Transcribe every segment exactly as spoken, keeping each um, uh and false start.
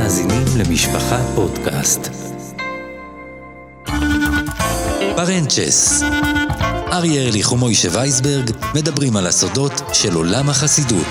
מאזינים למשפחה פודקאסט. פרנצ'ס. אריה ארליך ומוישה וייסברג מדברים על הסודות של עולם החסידות.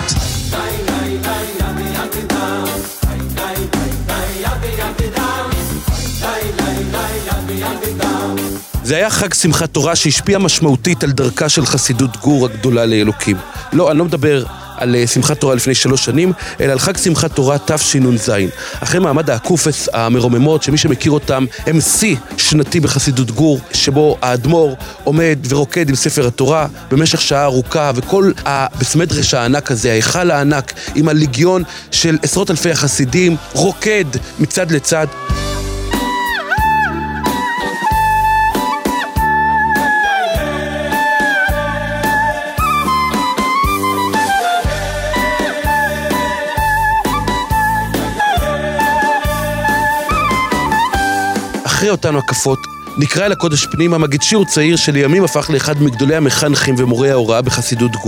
זה היה חג שמחת תורה שהשפיע משמעותית על דרכה של חסידות גור הגדולה לאלוקים. לא, אני לא מדבר על שמחת תורה לפני שלוש שנים, אלא על חג שמחת תורה תשנ"ז. אחרי מעמד הקופס המרוממות, שמי שמכיר אותם, הם שיא שנתי בחסידות גור, שבו האדמו"ר עומד ורוקד עם ספר התורה במשך שעה ארוכה, וכל הבסמדרש הענק הזה, ההיכל הענק, עם הליגיון של עשרות אלפי החסידים, רוקד מצד לצד. אחרי אותנו הקפות, נקרא אל הקודש פנימה מגיד שיעור צעיר שלימים הפך לאחד מגדולי המחנכים ומורי ההוראה בחסידות גור.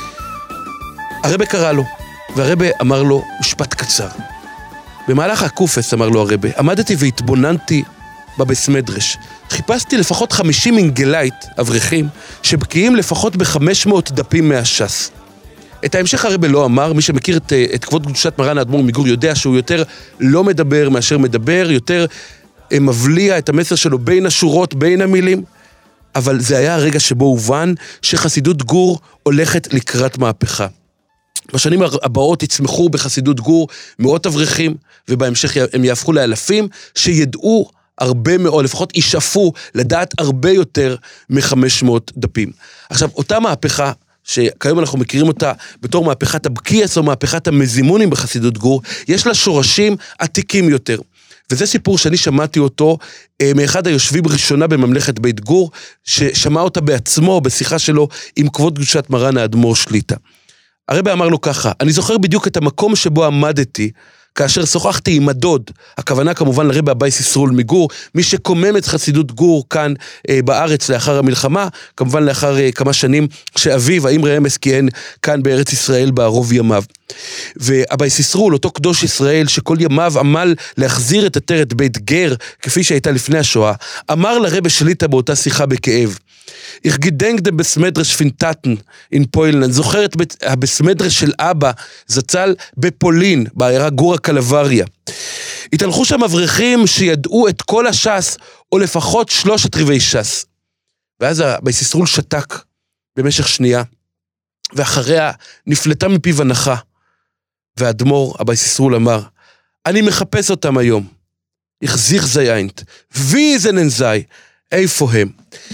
הרבי קרא לו, והרבי אמר לו משפט קצר. במהלך הקופס, אמר לו הרבי, עמדתי והתבוננתי בבסמדרש. חיפשתי לפחות חמישים אינגלייט אברכים שבקיאים לפחות ב-חמש מאות דפים מהש"ס. את ההמשך הרבי לא אמר, מי שמכיר את, את כבוד קדושת מרן האדמו"ר מגור יודע שהוא יותר לא מדבר מאשר מדבר, יותר מבליע את המסר שלו בין השורות, בין המילים, אבל זה היה הרגע שבו הובן שחסידות גור הולכת לקראת מהפכה. בשנים הבאות יצמחו בחסידות גור מאות אברכים, ובהמשך הם יהפכו לאלפים שידעו הרבה מאוד, לפחות ישאפו לדעת הרבה יותר מ-חמש מאות דפים. עכשיו, אותה מהפכה, שכיום אנחנו מכירים אותה בתור מהפכת הבקיעס או מהפכת המזימונים בחסידות גור, יש לה שורשים עתיקים יותר. וזה סיפור שאני שמעתי אותו אה, מאחד היושבים ראשונה בממלכת בית גור, ששמע אותה בעצמו בשיחה שלו עם כבוד קדושת מרן האדמו"ר שליט"א. הרבי אמר לו ככה, אני זוכר בדיוק את המקום שבו עמדתי, כאשר שוחחתי עם הדוד, הכוונה כמובן לרבי הבייס ישרול מגור, מי שקומם את חסידות גור כאן אה, בארץ לאחר המלחמה, כמובן לאחר אה, כמה שנים שאביו, האמרי אמס כיהן כאן בארץ ישראל בערוב ימיו. והבייס ישרול, אותו קדוש ישראל שכל ימיו עמל להחזיר את עטרת בית גר, כפי שהייתה לפני השואה, אמר לרבי שליט"א באותה שיחה בכאב, Ich gedenk dem Besmedresh von Taten in פוילנד, זוכר את הבסמדרש של אבא, זצ"ל בפולין, בעיירה גורה קלבריה. התהלכו שם אברכים שידעו את כל הש"ס, או לפחות שלושת רבעי ש"ס. ואז הבייס ישרול שתק במשך שנייה, ואחריה נפלטה מפיו הנחה, והאדמו"ר, הבייס ישרול אמר, אני מחפש אותם היום. Ich sich seid, wie sind sie, איפה הם?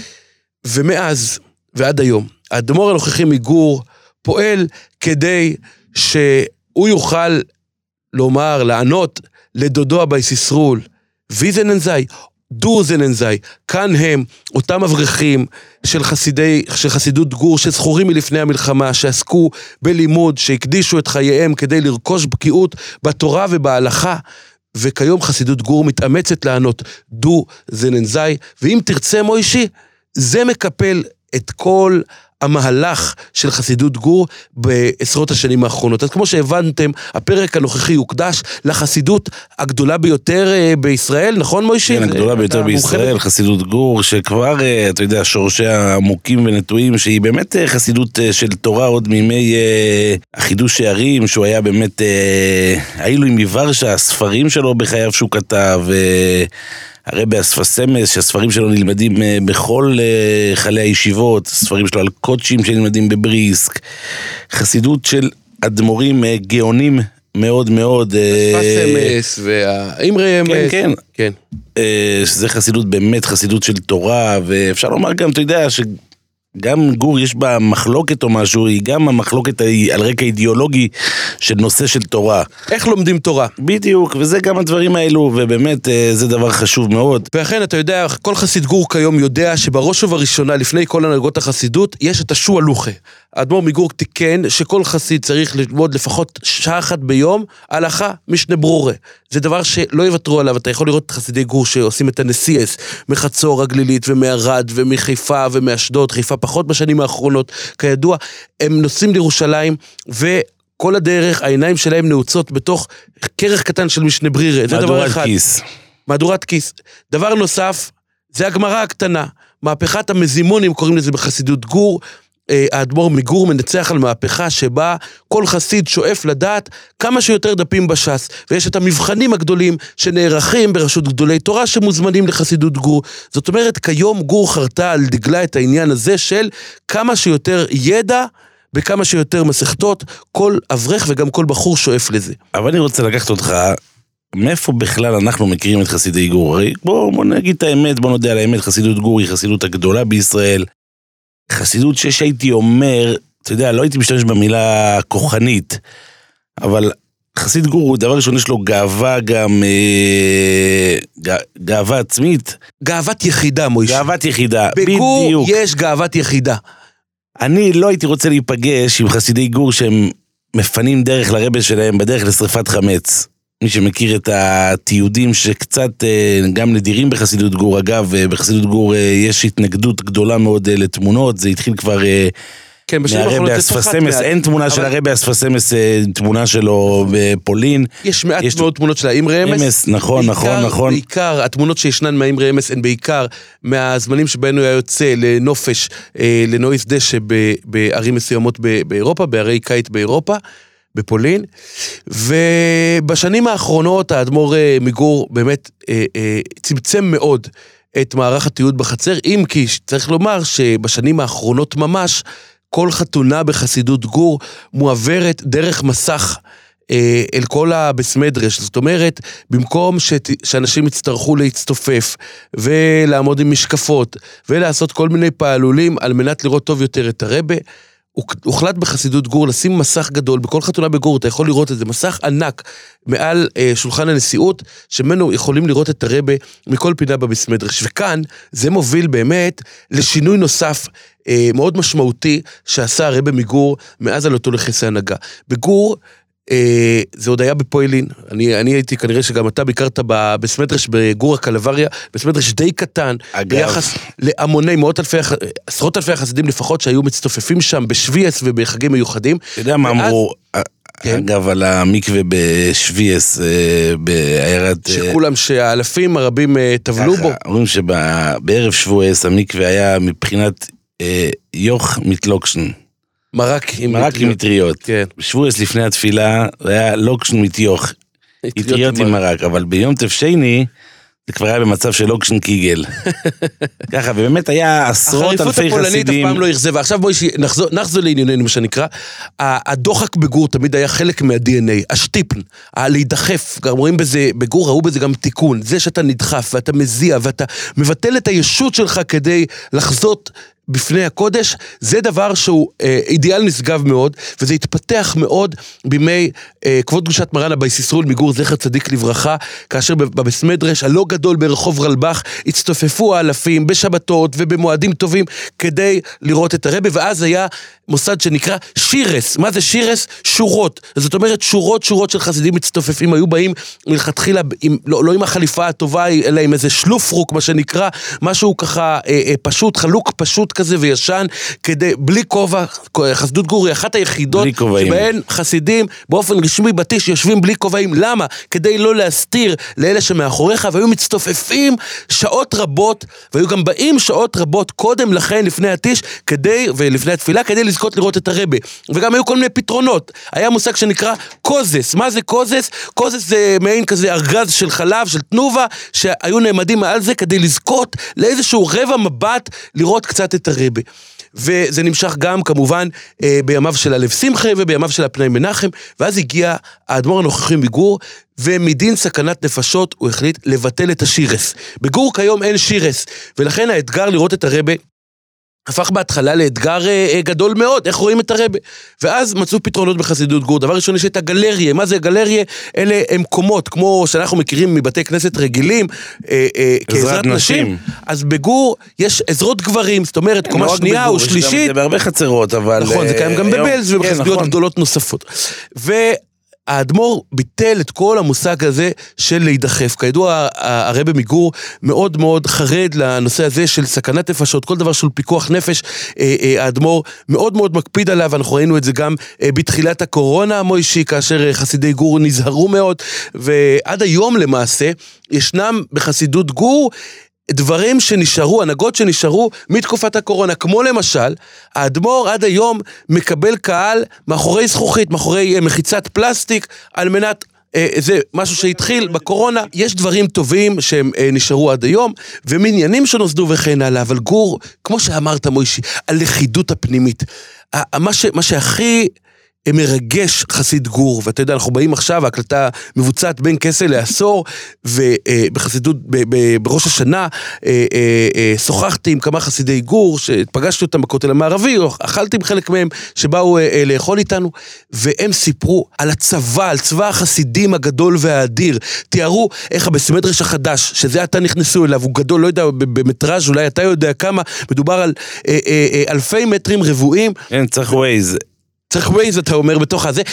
ומאז ועד היום, האדמו"ר הנוכחי מגור פועל כדי שהוא יוכל לומר, לענות לדודו הבייס ישרול, וי זננזי, דו זננזי, כאן הם אותם אברכים של, חסידי, של חסידות גור שזכורים מלפני המלחמה, שעסקו בלימוד, שהקדישו את חייהם כדי לרכוש בקיאות בתורה ובהלכה, וכיום חסידות גור מתאמצת לענות, דו זננזי, ואם תרצה מוישי, זה מקפל את כל המהלך של חסידות גור בעשרות השנים האחרונות. אז כמו שהבנתם, הפרק הנוכחי יוקדש לחסידות הגדולה ביותר בישראל, נכון מוישי? כן, הגדולה ביותר בישראל, חסידות גור, שכבר, אתה יודע, שורשיה עמוקים ונטועים, שהיא באמת חסידות של תורה עוד מימי החידוש שערים, שהוא היה באמת, היו עם מוורשה, הספרים שלו בחייו שהוא כתב, הרבי אספסמס, שהספרים שלו נלמדים בכל חלי הישיבות, הספרים שלו על קודשים שנלמדים בבריסק, חסידות של אדמו"רים גאונים מאוד מאוד. אספסמס והאמרי אמס. כן, כן. שזה חסידות, באמת חסידות של תורה, ואפשר לומר גם, אתה יודע, ש... גם גור יש בה מחלוקת או משהו, היא גם המחלוקת על רקע אידיאולוגי של נושא של תורה. איך לומדים תורה? בדיוק, וזה גם הדברים האלו, ובאמת זה דבר חשוב מאוד. ואכן, אתה יודע, כל חסיד גור כיום יודע שבראש ובראשונה, לפני כל הנהגות החסידות, יש את השועלוכה. האדמו"ר מגור תיקן שכל חסיד צריך ללמוד לפחות שעה אחת ביום, הלכה משנה ברורה. זה דבר שלא יוותרו עליו, אתה יכול לראות חסידי גור שעושים את הנסיעס, מחצור הגלילית ומערד ומחיפה ומאשדוד, חיפה פחות בשנים האחרונות, כידוע, הם נוסעים לירושלים ו... כל הדרך, העיניים שלהם נעוצות בתוך כרך קטן של משנה ברירה. זה דבר אחד. כיס. מהדורת כיס. דבר נוסף, זה הגמרא הקטנה. מהפכת המזימונים, קוראים לזה בחסידות גור, האדמו"ר מגור מנצח על מהפכה שבה כל חסיד שואף לדעת כמה שיותר דפים בש"ס, ויש את המבחנים הגדולים שנערכים ברשות גדולי תורה שמוזמנים לחסידות גור. זאת אומרת, כיום גור חרתה על דגלה את העניין הזה של כמה שיותר ידע בכמה שיותר מסכתות, כל אברך וגם כל בחור שואף לזה. אבל אני רוצה לקחת אותך, מאיפה בכלל אנחנו מכירים את חסידי גור? בוא, בוא נגיד את האמת, בוא נודע על האמת, חסידות גור היא חסידות הגדולה בישראל, חסידות שהייתי אומר, אתה יודע, לא הייתי משתמש במילה כוחנית, אבל חסיד גור הוא דבר ראשון, יש לו גאווה גם, אה, גאווה עצמית. גאוות יחידה, מוישה. גאוות יחידה, בגור בדיוק. יש גאוות יחידה. אני לא הייתי רוצה להיפגש עם חסידי גור שהם מפנים דרך לרבש שלהם בדרך לשריפת חמץ. מי שמכיר את התיעודים שקצת גם נדירים בחסידות גור, אגב, בחסידות גור יש התנגדות גדולה מאוד לתמונות, זה התחיל כבר כן, מהרבי אספסמס, אין תמונה של הרבי אספסמס, תמונה שלו בפולין. יש מעט מאוד תמונות של האמרי אמס. נכון, נכון, נכון. בעיקר, התמונות שישנן מהאמרי אמס הן בעיקר מהזמנים שבהם הוא היה יוצא לנופש, לנועיס דשא בערים מסוימות באירופה, בערי קיץ באירופה. בפולין, ובשנים האחרונות האדמו"ר מגור באמת אה, אה, צמצם מאוד את מערך התיעוד בחצר, אם כי צריך לומר שבשנים האחרונות ממש כל חתונה בחסידות גור מועברת דרך מסך אה, אל כל הבסמדרש, זאת אומרת במקום ש... שאנשים יצטרכו להצטופף ולעמוד עם משקפות ולעשות כל מיני פעלולים על מנת לראות טוב יותר את הרבי, הוחלט בחסידות גור לשים מסך גדול, בכל חתונה בגור אתה יכול לראות את זה, מסך ענק מעל אה, שולחן הנשיאות, שמנו יכולים לראות את הרבי מכל פינה בבסמדרש, וכאן זה מוביל באמת לשינוי נוסף אה, מאוד משמעותי שעשה הרבי מגור מאז עלותו לכס ההנהגה. בגור אה, זה עוד היה בפוילין, אני, אני הייתי כנראה שגם אתה ביקרת בסמדרש בגור הקלבריה, בסמדרש די קטן, אגב. ביחס להמוני מאות אלפי, עשרות אלפי החסידים לפחות שהיו מצטופפים שם בשוויאס ובחגים מיוחדים. אתה יודע מה אמרו, כן? אגב על המקווה בשוויאס, בעיירת... שכולם, שהאלפים הרבים טבלו בו. אומרים שבערב שבועס המקווה היה מבחינת יוך מתלוקשן. מרק עם מרק עם מטריות. כן. בשבועס לפני התפילה, זה היה לוקשן מתיוך. מטריות עם מרק, אבל ביום תפשייני, זה כבר היה במצב של לוקשן קיגל. ככה, ובאמת היה עשרות אלפי חסידים. החריפות הפולנית אף פעם לא יחזבה. עכשיו בואי נחזור, נחזור לענייננו, מה שנקרא. הדוחק בגור תמיד היה חלק מה-די אן איי, השטיפן, הלהידחף, גם רואים בזה, בגור ראו בזה גם תיקון. זה שאתה נדחף ואתה מזיע ואתה מבטל את הישות שלך כדי לחזות בפני הקודש, זה דבר שהוא אה, אידיאל נשגב מאוד, וזה התפתח מאוד בימי אה, כבוד קדושת מרן אבא יששרול מגור זכר צדיק לברכה, כאשר בבסמדרש הלא גדול ברחוב רלב"ח, הצטופפו האלפים בשבתות ובמועדים טובים, כדי לראות את הרבי, ואז היה מוסד שנקרא שירס. מה זה שירס? שורות. זאת אומרת, שורות שורות של חסידים מצטופפים, היו באים מלכתחילה, עם, לא, לא עם החליפה הטובה, אלא עם איזה שלופרוק, מה שנקרא, משהו ככה אה, אה, פשוט, חלוק פשוט כזה וישן, כדי, בלי כובע, חסידות גור היא אחת היחידות, שבהן חסידים באופן רשמי בתיש יושבים בלי כובעים. למה? כדי לא להסתיר לאלה שמאחוריך, והיו מצטופפים שעות רבות, והיו גם באים שעות רבות קודם לכן, לפני התיש, כדי, ולפני התפילה, כדי לזכות לראות את הרבי. וגם היו כל מיני פתרונות. היה מושג שנקרא קוזס. מה זה קוזס? קוזס זה מעין כזה ארגז של חלב, של תנובה, שהיו נעמדים מעל זה כדי לזכות לאיזשהו רבע מבט לראות קצת את הרבי. וזה נמשך גם כמובן בימיו של הלב שמחה ובימיו של הפנאי מנחם, ואז הגיע האדמו"ר הנוכחי מגור, ומדין סכנת נפשות הוא החליט לבטל את השירס. בגור כיום אין שירס, ולכן האתגר לראות את הרבי הפך בהתחלה לאתגר אה, גדול מאוד, איך רואים את הרבי? ואז מצאו פתרונות בחסידות גור. דבר ראשון יש את הגלריה. מה זה הגלריה? אלה הם קומות, כמו שאנחנו מכירים מבתי כנסת רגילים, אה, אה, כעזרת נשים. נשים. אז בגור יש עזרות גברים, זאת אומרת, קומה לא שנייה או שלישית. זה בהרבה חצרות, אבל... נכון, זה קיים גם בבלז ובחסידויות גדולות נוספות. ו... האדמו"ר ביטל את כל המושג הזה של להידחף. כידוע, הרבי מגור מאוד מאוד חרד לנושא הזה של סכנת נפשות, כל דבר של פיקוח נפש, האדמו"ר מאוד מאוד מקפיד עליו, אנחנו ראינו את זה גם בתחילת הקורונה, מוישי, כאשר חסידי גור נזהרו מאוד, ועד היום למעשה, ישנם בחסידות גור, דברים שנשארו, הנהגות שנשארו מתקופת הקורונה, כמו למשל, האדמו"ר עד היום מקבל קהל מאחורי זכוכית, מאחורי מחיצת פלסטיק, על מנת, אה, זה משהו שהתחיל בקורונה, יש דברים טובים שהם אה, נשארו עד היום, ומניינים שנוסדו וכן הלאה, אבל גור, כמו שאמרת מוישי, הלכידות הפנימית, מה, ש, מה שהכי מרגש חסיד גור, ואתה יודע, אנחנו באים עכשיו, ההקלטה מבוצעת בין כסל לעשור, ובחסידות, בראש השנה, שוחחתי עם כמה חסידי גור, שפגשתי אותם בכותל המערבי, או אכלתי עם חלק מהם, שבאו לאכול איתנו, והם סיפרו על הצבא, על צבא החסידים הגדול והאדיר, תיארו איך הבסמדרש החדש, שזה אתה נכנסו אליו, הוא גדול, לא יודע, במטראז' אולי אתה יודע כמה, מדובר על אלפי מטרים רבועים. אין, צריך ווייז. צריך ווייז, אתה אומר, בתוך הזה,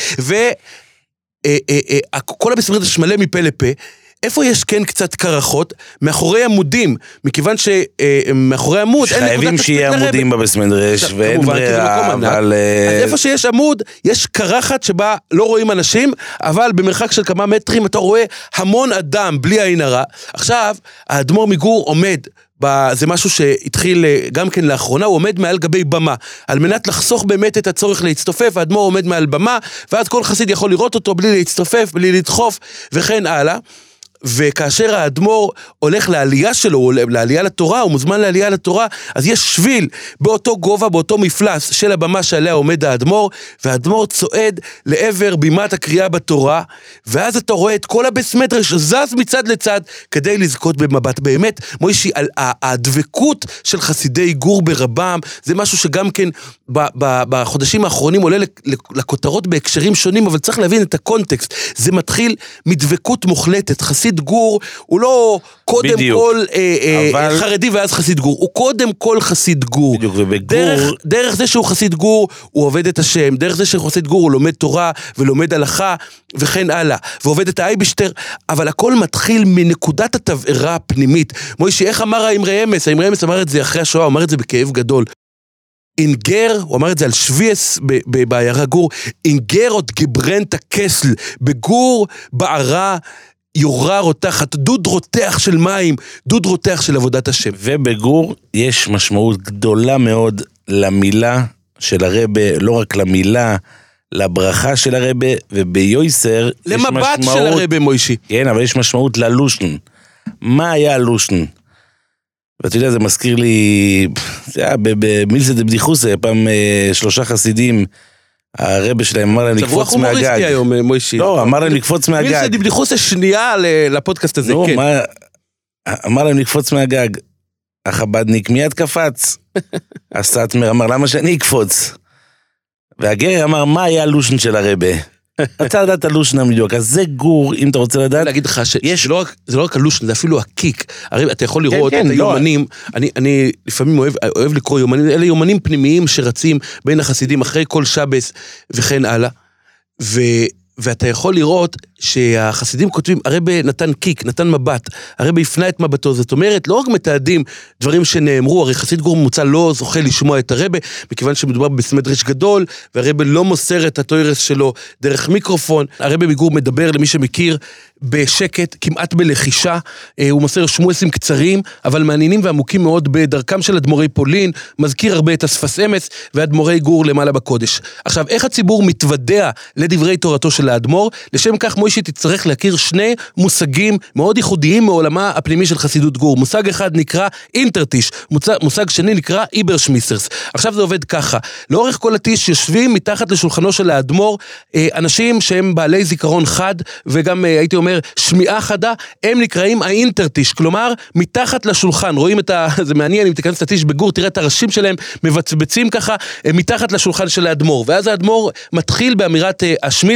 וכל הבסמדרש מלא מפה לפה, איפה יש כן קצת קרחות? מאחורי עמודים, מכיוון שמאחורי עמוד, חייבים שיהיה עמודים בבסמדרש, ואין ברירה, אבל... אז איפה שיש עמוד, יש קרחת שבה לא רואים אנשים, אבל במרחק של כמה מטרים אתה רואה המון אדם, בלי עין הרע. עכשיו, האדמו"ר מגור עומד, זה משהו שהתחיל גם כן לאחרונה, הוא עומד מעל גבי במה, על מנת לחסוך באמת את הצורך להצטופף, האדמו"ר עומד מעל במה, ואז כל חסיד יכול לראות אותו בלי להצטופף, בלי לדחוף, וכן הלאה. וכאשר האדמו"ר הולך לעלייה שלו, לעלייה לתורה, הוא מוזמן לעלייה לתורה, אז יש שביל באותו גובה, באותו מפלס של הבמה שעליה עומד האדמו"ר, והאדמו"ר צועד לעבר בימת הקריאה בתורה, ואז אתה רואה את כל הבסמדרש זז מצד לצד, כדי לזכות במבט. באמת, מוישי, הדבקות של חסידי גור ברבם, זה משהו שגם כן בחודשים האחרונים עולה לכותרות בהקשרים שונים, אבל צריך להבין את הקונטקסט. זה מתחיל מדבקות מוחלטת. חסיד גור הוא לא קודם בדיוק. כל אה, אבל... אה, חרדי ואז חסיד גור, הוא קודם כל חסיד גור. בדיוק, ובגור... דרך, דרך זה שהוא חסיד גור, הוא עובד את השם, דרך זה שהוא חסיד גור, הוא לומד תורה ולומד הלכה וכן הלאה, ועובד את האייבשטר, אבל הכל מתחיל מנקודת התבערה הפנימית. מוישי, איך אמר האמרי אמס? האמרי אמס אמר את זה אחרי השואה, הוא אמר את זה בכאב גדול. אינגר, הוא אמר את זה על שוויס בעיירה גור, אינגר עוד גברנט הקסל, בגור בערה יורה רותחת, דוד רותח של מים, דוד רותח של עבודת השם. ובגור יש משמעות גדולה מאוד למילה של הרבה, לא רק למילה, לברכה של הרבה, וביויסר למבט של הרבה מוישי. כן, אבל יש משמעות ללושן. מה היה הלושן? ואתה יודע, זה מזכיר לי, זה היה במילסא דבדיחוסא, פעם שלושה חסידים, הרבה שלהם אמר להם לקפוץ מהגג. שבוע חומוריסטי היום, מוישי. לא, אמר להם לקפוץ מהגג. מילסא דבדיחוסא שנייה לפודקאסט הזה, כן. אמר להם לקפוץ מהגג. החבדניק מיד קפץ. הסטמר אמר, למה שאני אקפוץ? והגר אמר, מה היה הלושן של הרבה? אתה לדעת הלושן המדיוק, אז זה גור, אם אתה רוצה לדעת. אני להגיד לך שזה לא רק הלושן, זה אפילו הקיק. הרי אתה יכול לראות את היומנים, אני לפעמים אוהב לקרוא יומנים, אלה יומנים פנימיים שרצים בין החסידים אחרי כל שבס וכן הלאה, ואתה יכול לראות שהחסידים כותבים, הרבה נתן קיק, נתן מבט, הרבה הפנה את מבטו, זאת אומרת, לא רק מתעדים דברים שנאמרו, הרי חסיד גור ממוצע לא זוכה לשמוע את הרבה, מכיוון שמדובר בסמדרש גדול, והרבה לא מוסר את התוירס שלו דרך מיקרופון, הרבה מגור מדבר למי שמכיר בשקט, כמעט בלחישה, הוא מוסר שמואסים קצרים, אבל מעניינים ועמוקים מאוד בדרכם של אדמו"רי פולין, מזכיר הרבה את השפת אמס, ואדמו"רי גור למעלה בקודש. עכשיו, איך הציבור מתוודע לדברי תורתו של האדמו"ר? לשם כך מוישי תצטרך להכיר שני מושגים מאוד ייחודיים מעולמה הפנימי של חסידות גור. מושג אחד נקרא אינטרטיש, מושג, מושג שני נקרא איברשמיסרס. עכשיו זה עובד ככה, לאורך כל הטיש יושבים מתחת לשולחנו של האדמו"ר, אנשים שהם בעלי זיכרון חד, וגם הייתי אומר שמיעה חדה, הם נקראים האינטרטיש, כלומר מתחת לשולחן, רואים את ה... זה מעניין, אם תיכנס לטיש בגור, תראה את הראשים שלהם מבצבצים ככה, מתחת לשולחן של האדמו"ר, ואז האדמו"ר מתחיל באמירת השמיס שלו,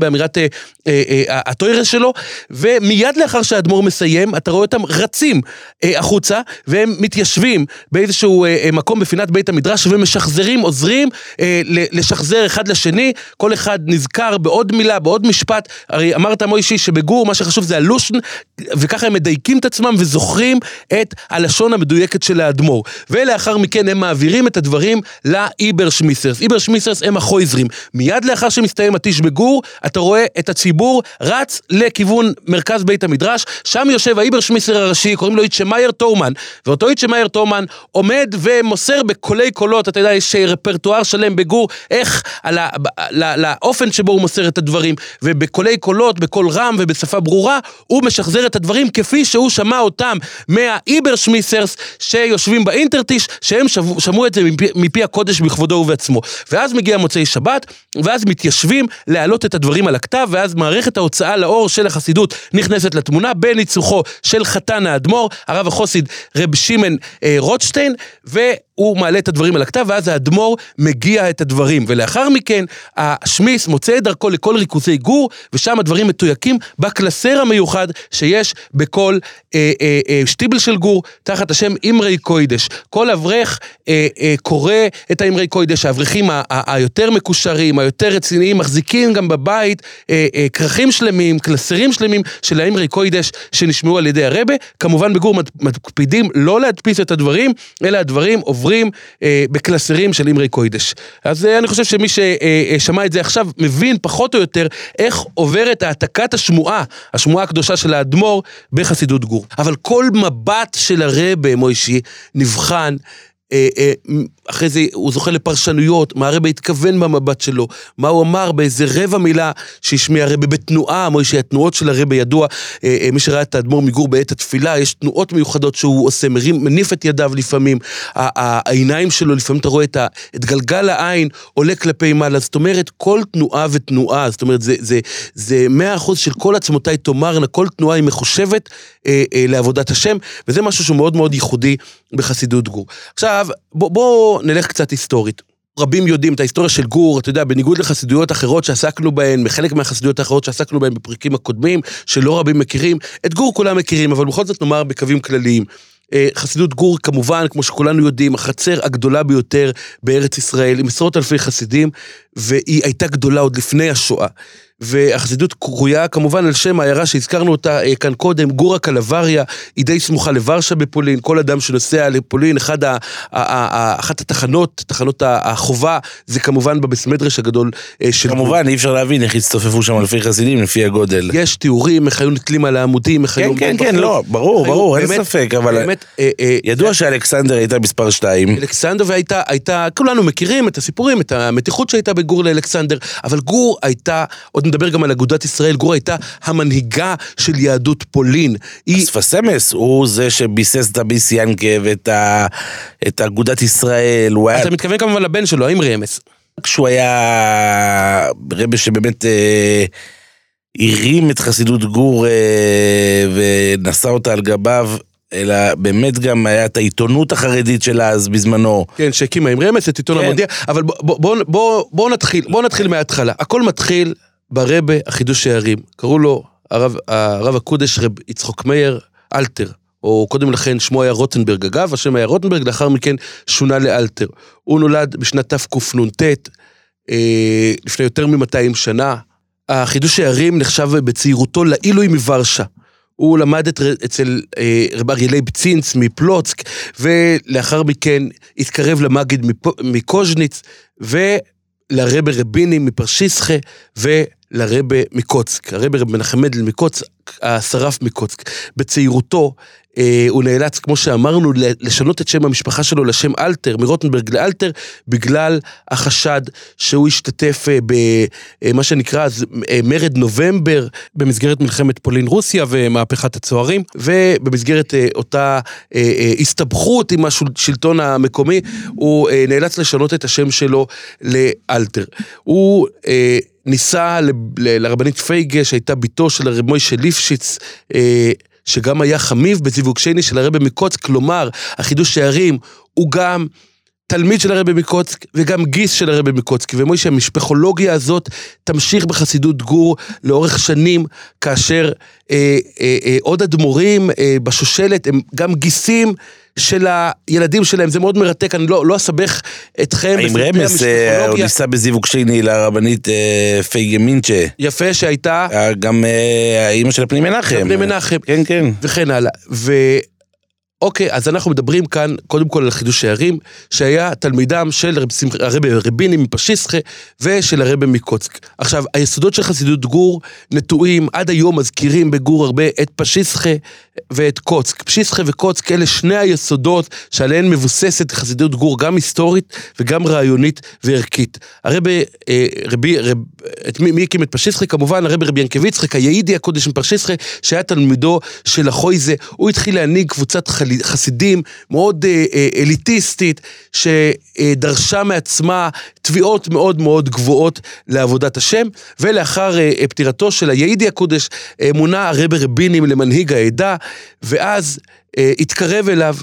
באמירת אה, אה, אה, התוירה שלו, ומיד לאחר שהאדמו"ר מסיים, אתה רואה אותם רצים אה, החוצה, והם מתיישבים באיזשהו אה, מקום בפינת בית המדרש, ומשחזרים, עוזרים אה, לשחזר אחד לשני, כל אחד נזכר בעוד מילה, בעוד משפט, הרי אמרת מוישי שבגור, מה שחשוב זה הלושן, וככה הם מדייקים את עצמם, וזוכרים את הלשון המדויקת של האדמו"ר, ולאחר מכן הם מעבירים את הדברים לאיבר שמיסרס, איבר שמיסרס הם החויזרים, מיד לאחר שמסתיים התיש בגור, אתה רואה את הציבור רץ לכיוון מרכז בית המדרש, שם יושב האיבר שמיסר הראשי, קוראים לו איצ'מאייר תורמן, ואותו איצ'מאייר תורמן עומד ומוסר בקולי קולות, אתה יודע, יש רפרטואר שלם בגור, איך, על ה, לא, לאופן שבו הוא מוסר את הדברים, ובקולי קולות, בקול רם ובשפה ברורה, הוא משחזר את הדברים כפי שהוא שמע אותם מהאיבר שמיסרס שיושבים באינטרטיש, שהם שמעו את זה מפי, מפי הקודש בכבודו ובעצמו. ואז מגיע מוצאי שבת, ואז מתיישבים להעלות את הדברים על הכתב, ואז מערכת ההוצאה לאור של החסידות נכנסת לתמונה, בניצוחו של חתן האדמו"ר, הרב החוסיד רב שמעון אה, רוטשטיין, והוא מעלה את הדברים על הכתב, ואז האדמו"ר מגיע את הדברים, ולאחר מכן השמיס מוצא את דרכו לכל ריכוזי גור, ושם הדברים מתויקים בקלסר המיוחד שיש בכל אה, אה, אה, שטיבל של גור, תחת השם אמרי קוידש. כל אברך אה, אה, קורא את האמרי קוידש, האברכים ה- ה- היותר מקושרים, היותר רציניים, מחזיקים גם בבית אה, אה, כרכים שלמים, קלסרים שלמים של האמרי קוידש שנשמעו על ידי הרבה. כמובן בגור מקפידים לא להדפיס את הדברים, אלא הדברים עוברים אה, בקלסרים של אמרי קוידש. אז אה, אני חושב שמי ששמע אה, את זה עכשיו מבין פחות או יותר איך עוברת העתקת השמועה, השמועה הקדושה של האדמו"ר בחסידות גור. אבל כל מבט של הרבה מוישי נבחן, אחרי זה הוא זוכה לפרשנויות, מה הרבה התכוון במבט שלו, מה הוא אמר באיזה רבע מילה שהשמיע הרבה בתנועה, מוישי, התנועות של הרבה ידוע, מי שראה את האדמו"ר מגור בעת התפילה, יש תנועות מיוחדות שהוא עושה, מרים, מניף את ידיו לפעמים, העיניים שלו, לפעמים אתה רואה את גלגל העין עולה כלפי מעלה, זאת אומרת כל תנועה ותנועה, זאת אומרת זה, זה, זה מאה אחוז של כל עצמותיי תאמרנה, כל תנועה היא מחושבת אה, אה, לעבודת השם, וזה משהו שהוא מאוד מאוד ייחודי בחסידות גור. עכשיו, בוא, בוא נלך קצת היסטורית. רבים יודעים את ההיסטוריה של גור, אתה יודע, בניגוד לחסידויות אחרות שעסקנו בהן, מחלק מהחסידויות האחרות שעסקנו בהן בפרקים הקודמים, שלא רבים מכירים, את גור כולם מכירים, אבל בכל זאת נאמר בקווים כלליים. חסידות גור כמובן, כמו שכולנו יודעים, החצר הגדולה ביותר בארץ ישראל, עם עשרות אלפי חסידים, והיא הייתה גדולה עוד לפני השואה. והחסידות קרויה כמובן על שם העיירה שהזכרנו אותה כאן קודם, גורה קלבריה, היא די סמוכה לוורשה בפולין, כל אדם שנוסע לפולין, אחד ה, ה, ה, אחת התחנות, תחנות החובה, זה כמובן בבסמדרש הגדול של גור. כמובן, אי אפשר להבין איך הצטופפו שם אלפי חסידים לפי הגודל. יש תיאורים, איך היו נטלים על העמודים, איך היו... כן, כן, כן, לא, ברור, ברור, אין ספק, אבל ידוע שאלכסנדר הייתה מספר שתיים. אלכסנדר והייתה, הייתה, כולנו מכירים את הסיפורים, את המתיחות שהייתה בגור לאלכסנדר, אבל גור הייתה, עוד נדבר גם על אגודת ישראל, גור הייתה המנהיגה של יהדות פולין. אספסמס הוא זה שביסס את הביס ינקה ואת אגודת ישראל. אתה מתכוון כמובן לבן שלו, אמרי אמס. כשהוא היה רבי שבאמת אה, הרים את חסידות גור אה, ונשא אותה על גביו, אלא באמת גם היה את העיתונות החרדית שלה אז בזמנו. כן, שהקימה אמרי אמס את עיתון כן. המודיע, אבל בוא, בוא, בוא, בוא, בוא נתחיל, בוא נתחיל מההתחלה. הכל מתחיל ברבה החידוש הערים. קראו לו הרב, הרב הקודש רב יצחק מאיר אלתר, או קודם לכן שמו היה רוטנברג. אגב, השם היה רוטנברג, לאחר מכן שונה לאלתר. הוא נולד בשנת תקנ"ט, אה, לפני יותר מ-מאתיים שנה. החידוש הערים נחשב בצעירותו לעילוי מוורשה. הוא למד את, אצל אה, רב אריה לייב צינץ מפלוצק, ולאחר מכן התקרב למגיד מקוז'ניץ, ולרבי רביני מפרשיסחה, ולרבי מקוצק. הרבי רב מנחם מנדל מקוצק, השרף מקוצק. בצעירותו, אה, הוא נאלץ, כמו שאמרנו, לשנות את שם המשפחה שלו לשם אלתר, מרוטנברג לאלתר, בגלל החשד שהוא השתתף אה, במה שנקרא אה, מרד נובמבר, במסגרת מלחמת פולין רוסיה ומהפכת הצוערים, ובמסגרת אה, אותה אה, אה, הסתבכות עם השלטון המקומי, הוא אה, נאלץ לשנות את השם שלו לאלתר. הוא אה, ניסה ל, ל, לרבנית פייגה, שהייתה ביתו של הרב מוישה ליפשיץ, אה, שגם היה חמיב בזיווג שני של הרבי מקוצק, כלומר, החידוש הערים הוא גם תלמיד של הרבי מקוצק, וגם גיס של הרבי מקוצק, ומוישה, המשפחולוגיה הזאת תמשיך בחסידות גור לאורך שנים, כאשר אה, אה, אה, עוד אדמו"רים אה, בשושלת, הם גם גיסים של הילדים שלהם, זה מאוד מרתק, אני לא, לא אסבך אתכם. עם רמס, הוא ניסה בזיווג שני לרבנית אה, פייגה מינצ'ה. יפה, שהייתה. גם אה, האמא של הפני מנחם. הפני מנחם. כן, כן. וכן הלאה. ו... אוקיי, אז אנחנו מדברים כאן, קודם כל על חידוש הערים, שהיה תלמידם של רב שמח, הרבי רביני מפשיסחה, ושל הרבי מקוצק. עכשיו, היסודות של חסידות גור נטועים, עד היום מזכירים בגור הרבה את פשיסחה ואת קוצק. פשיסחה וקוצק, אלה שני היסודות שעליהן מבוססת חסידות גור, גם היסטורית וגם רעיונית וערכית. הרבי, רבי, רב, את מי, מי הקים את פשיסחה? כמובן, הרבי רבי ינקוויצחק, היהידי הקודש מפשיסחה, שהיה תלמידו של החויזה, הוא התחיל להנהיג קבוצת חליד, חסידים מאוד אליטיסטית, שדרשה מעצמה תביעות מאוד מאוד גבוהות לעבודת השם, ולאחר פטירתו של היהידי הקודש, מונה הרבי רבינים למנהיג העדה, ואז התקרב אליו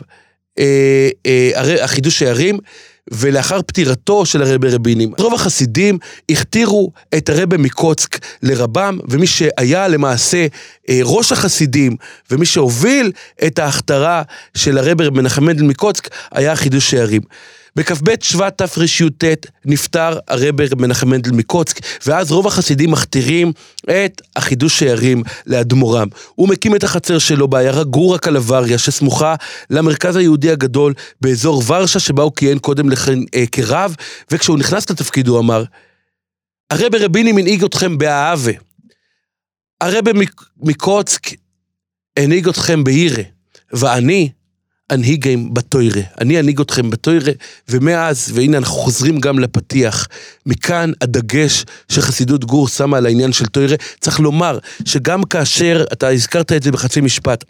החידוש הערים, ולאחר פטירתו של הרבי רבינים, רוב החסידים הכתירו את הרבי מקוצק לרבם, ומי שהיה למעשה ראש החסידים, ומי שהוביל את ההכתרה של הרבי מנחם מנדל מקוצק, היה חידוש הערים. בכ"ב שבט תר"ט נפטר הרבי מנחם מנדל מקוצק, ואז רוב החסידים מכתירים את החידוש הערים לאדמו"רם. הוא מקים את החצר שלו בעיירה גורה קלווריה, שסמוכה למרכז היהודי הגדול באזור ורשה, שבה הוא כיהן קודם לכן אה, כרב, וכשהוא נכנס לתפקיד הוא אמר, הרבי רביני מנהיג אתכם באהבה, הרבי מקוצק הנהיג אתכם בעירה, ואני אנהיגם בתוירה, אני אנהיג אתכם בתוירה, ומאז, והנה אנחנו חוזרים גם לפתיח, מכאן הדגש שחסידות גור שמה על העניין של תוירה, צריך לומר שגם כאשר, אתה הזכרת את זה בחצי משפט,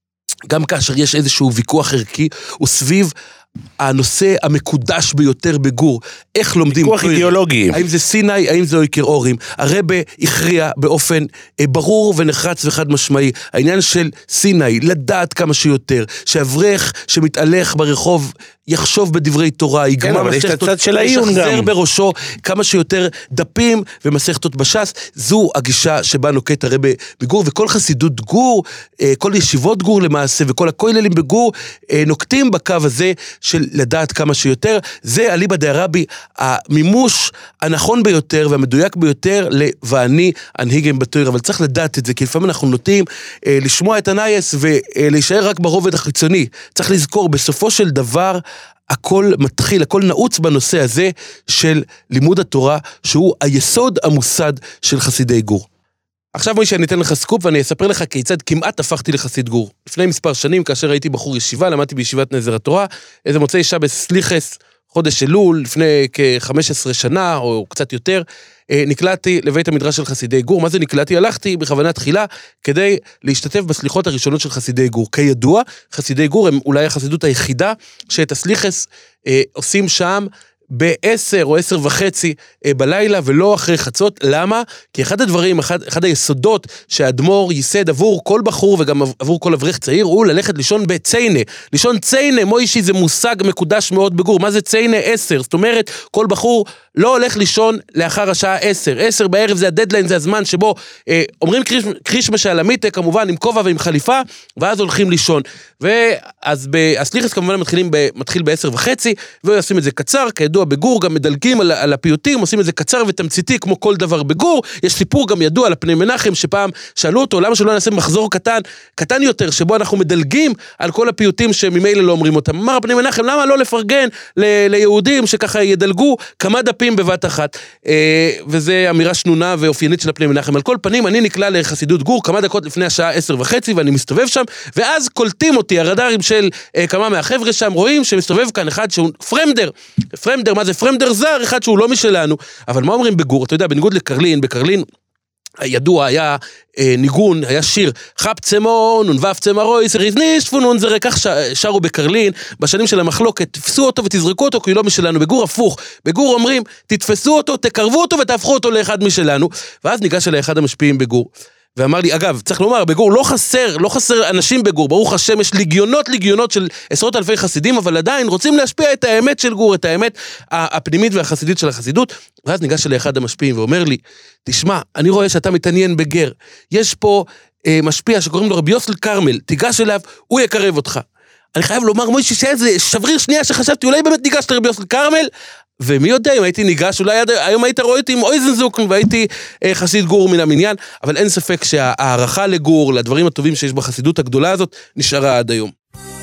גם כאשר יש איזשהו ויכוח ערכי, הוא סביב הנושא המקודש ביותר בגור, איך לומדים ויכוח אידיאולוגי, האם זה סיני, האם זה אויקר אורים. הרבי הכריע באופן אה, ברור ונחרץ וחד משמעי, העניין של סיני, לדעת כמה שיותר, שאברך שמתהלך ברחוב יחשוב בדברי תורה, כן, אבל יש את הצד של העיון גם, ישחזר בראשו כמה שיותר דפים ומסכתות בש"ס, זו הגישה שבה נוקט הרבי בגור, וכל חסידות גור, אה, כל ישיבות גור למעשה, וכל הכוללים בגור, אה, נוקטים בקו הזה, של לדעת כמה שיותר, זה אליבא דרבי, המימוש הנכון ביותר והמדויק ביותר, ואני אנהיגם בתוירה, אבל צריך לדעת את זה, כי לפעמים אנחנו נוטים אה, לשמוע את הנייס, ולהישאר רק ברובד החיצוני, צריך לזכור, בסופו של דבר, הכל מתחיל, הכל נעוץ בנושא הזה, של לימוד התורה, שהוא היסוד המוסד של חסידי גור. עכשיו מי שאני אתן לך סקופ ואני אספר לך כיצד כמעט הפכתי לחסיד גור. לפני מספר שנים, כאשר הייתי בחור ישיבה, למדתי בישיבת נזר התורה, איזה מוצאי שבת סליחס, חודש אלול, לפני כ-חמש עשרה שנה או קצת יותר, נקלעתי לבית המדרש של חסידי גור. מה זה נקלעתי? הלכתי בכוונה תחילה כדי להשתתף בסליחות הראשונות של חסידי גור. כידוע, חסידי גור הם אולי החסידות היחידה שאת הסליחס אה, עושים שם, בעשר או עשר וחצי בלילה, ולא אחרי חצות. למה? כי אחד הדברים, אחד, אחד היסודות שהאדמו"ר ייסד עבור כל בחור וגם עבור כל אברך צעיר, הוא ללכת לישון בציינה. לישון ציינה, מוישי, זה מושג מקודש מאוד בגור. מה זה ציינה? עשר. זאת אומרת, כל בחור לא הולך לישון לאחר השעה עשר. עשר בערב זה הדדליין, זה הזמן שבו אה, אומרים קריש, קריש משעלמית, כמובן עם כובע ועם חליפה, ואז הולכים לישון. ואז הסליחס כמובן מתחילים ב, מתחיל בעשר וחצי, ועושים את זה קצר, כידוע בגור, גם מדלגים על, על הפיוטים, עושים את זה קצר ותמציתי כמו כל דבר בגור. יש סיפור גם ידוע על פני מנחם, שפעם שאלו אותו, למה שלא נעשה מחזור קטן, קטן יותר, שבו אנחנו מדלגים על כל הפיוטים שממילא לא אומרים אותם. אמר פני מנחם, למה לא לפרגן ל- ליהודים שככה ידלגו כמה דפים בבת אחת? אה, וזה אמירה שנונה ואופיינית של פני מנחם. על כל פנים, אני נקלע לחסידות גור כמה דקות לפני השעה עשר וחצי, ואני מסתובב שם, ואז קולטים אותי, הרדארים של אה, כמה מהחבר'ה שם, רואים שמסתובב כאן אחד שהוא פרמדר. פרמדר, מה זה פרמדר זר? אחד שהוא לא משלנו. אבל מה אומרים בגור? אתה יודע, בניגוד לקרלין, בקרלין הידוע היה אה, ניגון, היה שיר חפצמון, ונבפצמרויס, ריזנישפון, ונזרה, כך ש, שרו בקרלין, בשנים של המחלוקת, תפסו אותו ותזרקו אותו, כי הוא לא משלנו. בגור הפוך, בגור אומרים, תתפסו אותו, תקרבו אותו ותהפכו אותו לאחד משלנו, ואז ניגש אליי אחד המשפיעים בגור, ואמר לי, אגב, צריך לומר, בגור לא חסר, לא חסר אנשים בגור, ברוך השם, יש ליגיונות, ליגיונות של עשרות אלפי חסידים, אבל עדיין רוצים להשפיע את האמת של גור, את האמת הפנימית והחסידית של החסידות, ואז ניגש אלי אחד המשפיעים ואומר לי, תשמע, אני רואה שאתה מתעניין בגר, יש פה אה, משפיע שקוראים לו רבי יוסל קרמל, תיגש אליו, הוא יקרב אותך. אני חייב לומר, מוישי, שאיזה שבריר שנייה שחשבתי, אולי באמת ניגש לרבי יוסל קרמל, ומי יודע, אם הייתי ניגש, אולי היום היית רואה אותי עם אויזנזוקן, והייתי אה, חסיד גור מן המניין, אבל אין ספק שהערכה לגור, לדברים הטובים שיש בחסידות הגדולה הזאת, נשארה עד היום.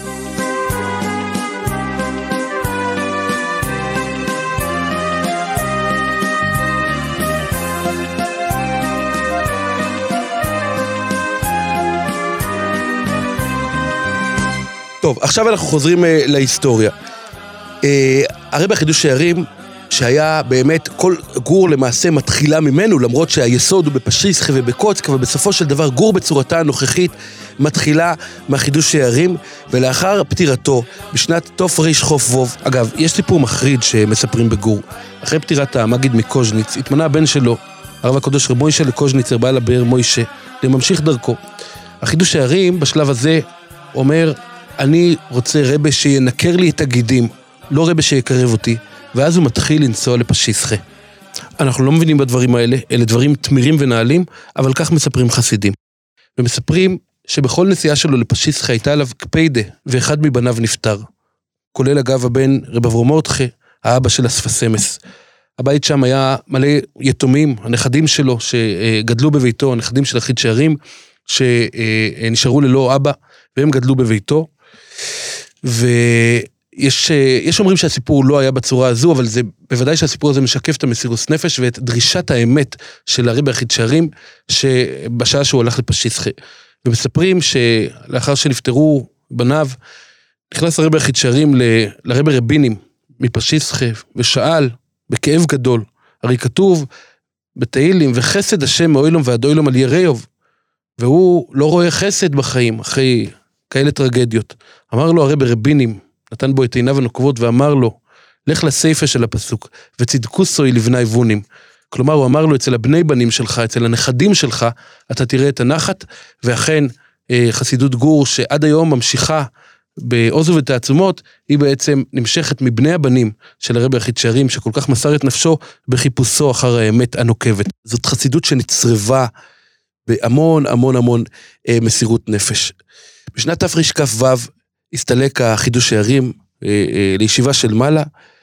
טוב, עכשיו אנחנו חוזרים אה, להיסטוריה. אה, הרבי החידוש הערים, שהיה באמת, כל גור למעשה מתחילה ממנו, למרות שהיסוד הוא בפשיסחה ובקוצק, אבל בסופו של דבר גור בצורתה הנוכחית מתחילה מהחידוש הערים, ולאחר פטירתו, בשנת תוף ריש חוף ווב, אגב, יש סיפור מחריד שמספרים בגור. אחרי פטירת המגיד מקוז'ניץ, התמנה הבן שלו, הרב הקדוש רב מוישה לקוז'ניצר, בעל הבאר מוישה, לממשיך דרכו. החידוש הערים בשלב הזה אומר, אני רוצה רבי שינקר לי את הגידים, לא רבי שיקרב אותי, ואז הוא מתחיל לנסוע לפשיסחה. אנחנו לא מבינים בדברים האלה, אלה דברים תמירים ונעלים, אבל כך מספרים חסידים. ומספרים שבכל נסיעה שלו לפשיסחה הייתה עליו קפיידה, ואחד מבניו נפטר. כולל אגב הבן רב אברום מרדכי, האבא של אספסמס. הבית שם היה מלא יתומים, הנכדים שלו שגדלו בביתו, הנכדים של החידש הערים, שנשארו ללא אבא, והם גדלו בביתו. ויש יש אומרים שהסיפור לא היה בצורה הזו, אבל זה בוודאי שהסיפור הזה משקף את המסירות נפש ואת דרישת האמת של הרבי החידש הערים, שבשעה שהוא הלך לפשיסחה. ומספרים שלאחר שנפטרו בניו, נכנס הרבי החידש הערים לרבי רבינים מפשיסחה, ושאל בכאב גדול, הרי כתוב בתהילים, וחסד השם מאוילום ועד אוילום על יראיוב, והוא לא רואה חסד בחיים, אחרי כאלה טרגדיות. אמר לו הרבי רבינים, נתן בו את עיניו הנוקבות ואמר לו, לך לסייפה של הפסוק, וצדקו סוי לבני בונים. כלומר, הוא אמר לו, אצל הבני בנים שלך, אצל הנכדים שלך, אתה תראה את הנחת, ואכן חסידות גור, שעד היום ממשיכה בעוז ובתעצומות, היא בעצם נמשכת מבני הבנים של הרבי החידש הערים, שכל כך מסר את נפשו בחיפושו אחר האמת הנוקבת. זאת חסידות שנצרבה בהמון המון המון אה, מסירות נפש. בשנת תרכ"ו הסתלק החידוש הערים אה, אה, לישיבה של מעלה,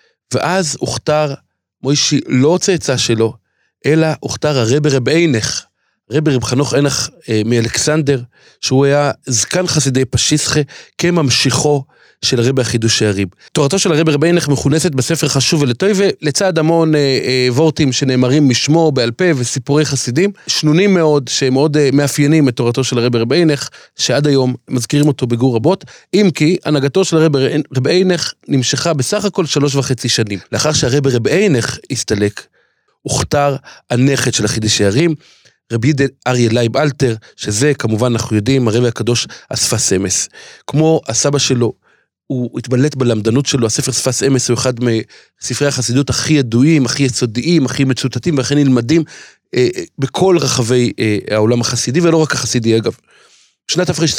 ואז הוכתר מוישי לא צאצא שלו, אלא הוכתר הרבי רב עינך, רבי רב חנוך עינך אה, מאלכסנדר, שהוא היה זקן חסידי פשיסחה, כממשיכו של הרבי החידוש הערים. תורתו של הרבי רב עינך מכונסת בספר חשוב ולטוב, ולצד המון אה, אה, וורטים שנאמרים משמו בעל פה וסיפורי חסידים, שנונים מאוד, שמאוד אה, מאפיינים את תורתו של הרבי רב עינך, שעד היום מזכירים אותו בגור רבות, אם כי הנהגתו של הרבי רב עינך נמשכה בסך הכל שלוש וחצי שנים. לאחר שהרבי רב עינך הסתלק, הוכתר הנכד של החידש הערים, רבי אריה לייב אלתר, שזה כמובן אנחנו יודעים, הרבי הקדוש השפת אמס. כמו הסבא שלו, הוא התבלט בלמדנות שלו, הספר שפת אמס הוא אחד מספרי החסידות הכי ידועים, הכי יסודיים, הכי מצוטטים והכי נלמדים אה, בכל רחבי אה, העולם החסידי, ולא רק החסידי אגב. בשנת תרס"ה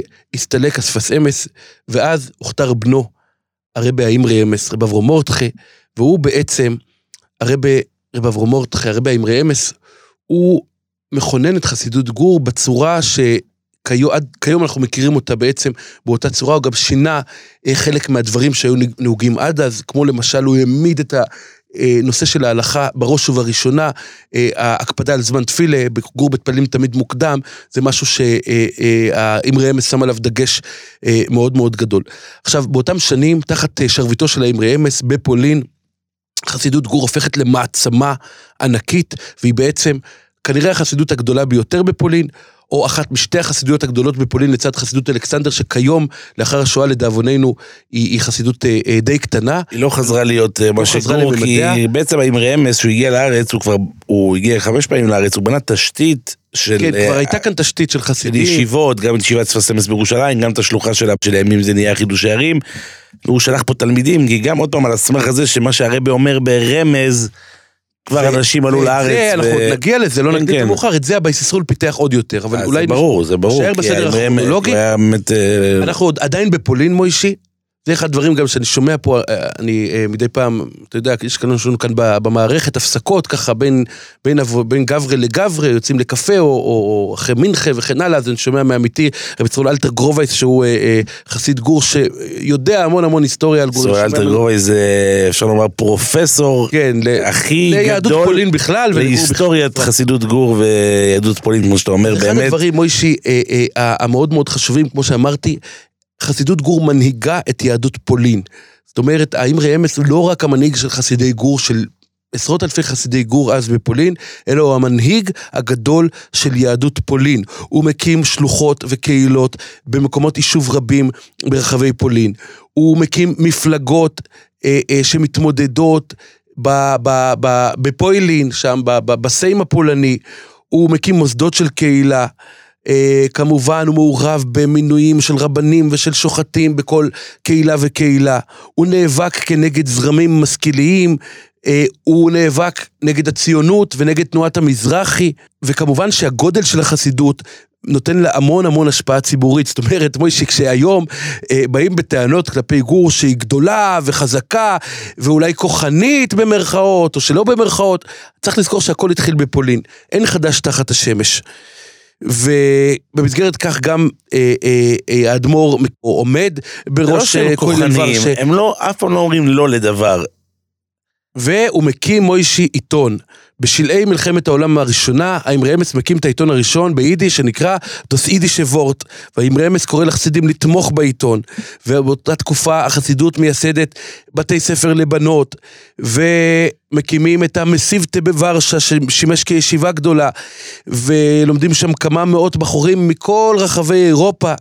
הסתלק השפת אמס, ואז הוכתר בנו, הרבי האמרי אמס, רב אברום מרדכי, והוא בעצם, הרבי רב אברום מרדכי, הרבי האמרי אמס, הוא מכונן את חסידות גור בצורה שכיום אנחנו מכירים אותה בעצם באותה צורה, הוא גם שינה חלק מהדברים שהיו נהוגים עד אז, כמו למשל הוא העמיד את הנושא של ההלכה בראש ובראשונה, ההקפדה על זמן תפילה, בגור בתפלים תמיד מוקדם, זה משהו שהאמרי אמס שם עליו דגש מאוד מאוד גדול. עכשיו, באותם שנים, תחת שרביטו של האמרי אמס בפולין, חסידות גור הופכת למעצמה ענקית, והיא בעצם כנראה החסידות הגדולה ביותר בפולין, או אחת משתי החסידויות הגדולות בפולין, לצד חסידות אלכסנדר, שכיום, לאחר השואה לדאבוננו, היא, היא חסידות אה, די קטנה. היא לא חזרה להיות לא מה שגור, כי בעצם האמרי אמס, שהוא הגיע לארץ, הוא כבר, הוא הגיע חמש פעמים לארץ, הוא בנה תשתית של... כן, אה, כבר הייתה כאן תשתית של חסידים. של ישיבות, גם ישיבת שפת אמס בירושלים, גם את השלוחה שלה, שלימים זה נהיה חידוש הערים, והוא שלח פה תלמידים, כי גם עוד פעם על הסמך הזה, שמה שהרבי אומר ברמז, כבר אנשים עלו לארץ. זה, אנחנו נגיע לזה, לא נקדים את המאוחר, את זה הבייסיסרול פיתח עוד יותר, אבל אולי... זה ברור, זה ברור. נשאר בסדר הכרונולוגי. אנחנו עדיין בפולין, מוישי, זה אחד הדברים גם שאני שומע פה, אני מדי פעם, אתה יודע, יש כאן כאן במערכת הפסקות, ככה בין, בין, בין גברי לגברי, יוצאים לקפה, או, או אחרי מנחה וכן הלאה, אז אני שומע מאמיתי, רבי צרול אלתר גרובייס, שהוא אה, חסיד גור, שיודע המון המון היסטוריה על גור. צרול אלתר גרובייס זה, אפשר לומר, פרופסור, כן, הכי גדול, ליהדות פולין בכלל, להיסטוריית חסידות גור ויהדות פולין, כמו שאתה אומר, באמת. אחד הדברים, מוישי, אה, אה, המאוד מאוד חשובים, כמו שאמרתי, חסידות גור מנהיגה את יהדות פולין. זאת אומרת, האמרי אמס הוא לא רק המנהיג של חסידי גור, של עשרות אלפי חסידי גור אז בפולין, אלא הוא המנהיג הגדול של יהדות פולין. הוא מקים שלוחות וקהילות במקומות יישוב רבים ברחבי פולין. הוא מקים מפלגות אה, אה, שמתמודדות ב, ב, ב, בפוילין, שם ב, ב, בסיים הפולני. הוא מקים מוסדות של קהילה. Uh, כמובן הוא מעורב במינויים של רבנים ושל שוחטים בכל קהילה וקהילה. הוא נאבק כנגד זרמים משכיליים, uh, הוא נאבק נגד הציונות ונגד תנועת המזרחי, וכמובן שהגודל של החסידות נותן לה המון המון השפעה ציבורית. זאת אומרת, מוישי, כשהיום אה, באים בטענות כלפי גור שהיא גדולה וחזקה, ואולי כוחנית במרכאות, או שלא במרכאות, צריך לזכור שהכל התחיל בפולין. אין חדש תחת השמש. ובמסגרת כך גם אה, אה, אה, האדמו"ר עומד בראש לא כהן אלבר ש... הם לא, אף פעם לא אומרים לא לדבר. והוא מקים מוישי עיתון. בשלהי מלחמת העולם הראשונה, האמרי אמס מקים את העיתון הראשון ביידיש שנקרא דוס יידישה וורט, והאמרי אמס קורא לחסידים לתמוך בעיתון, ובאותה תקופה החסידות מייסדת בתי ספר לבנות, ומקימים את המסיבטה בוורשה ששימש כישיבה גדולה, ולומדים שם כמה מאות בחורים מכל רחבי אירופה,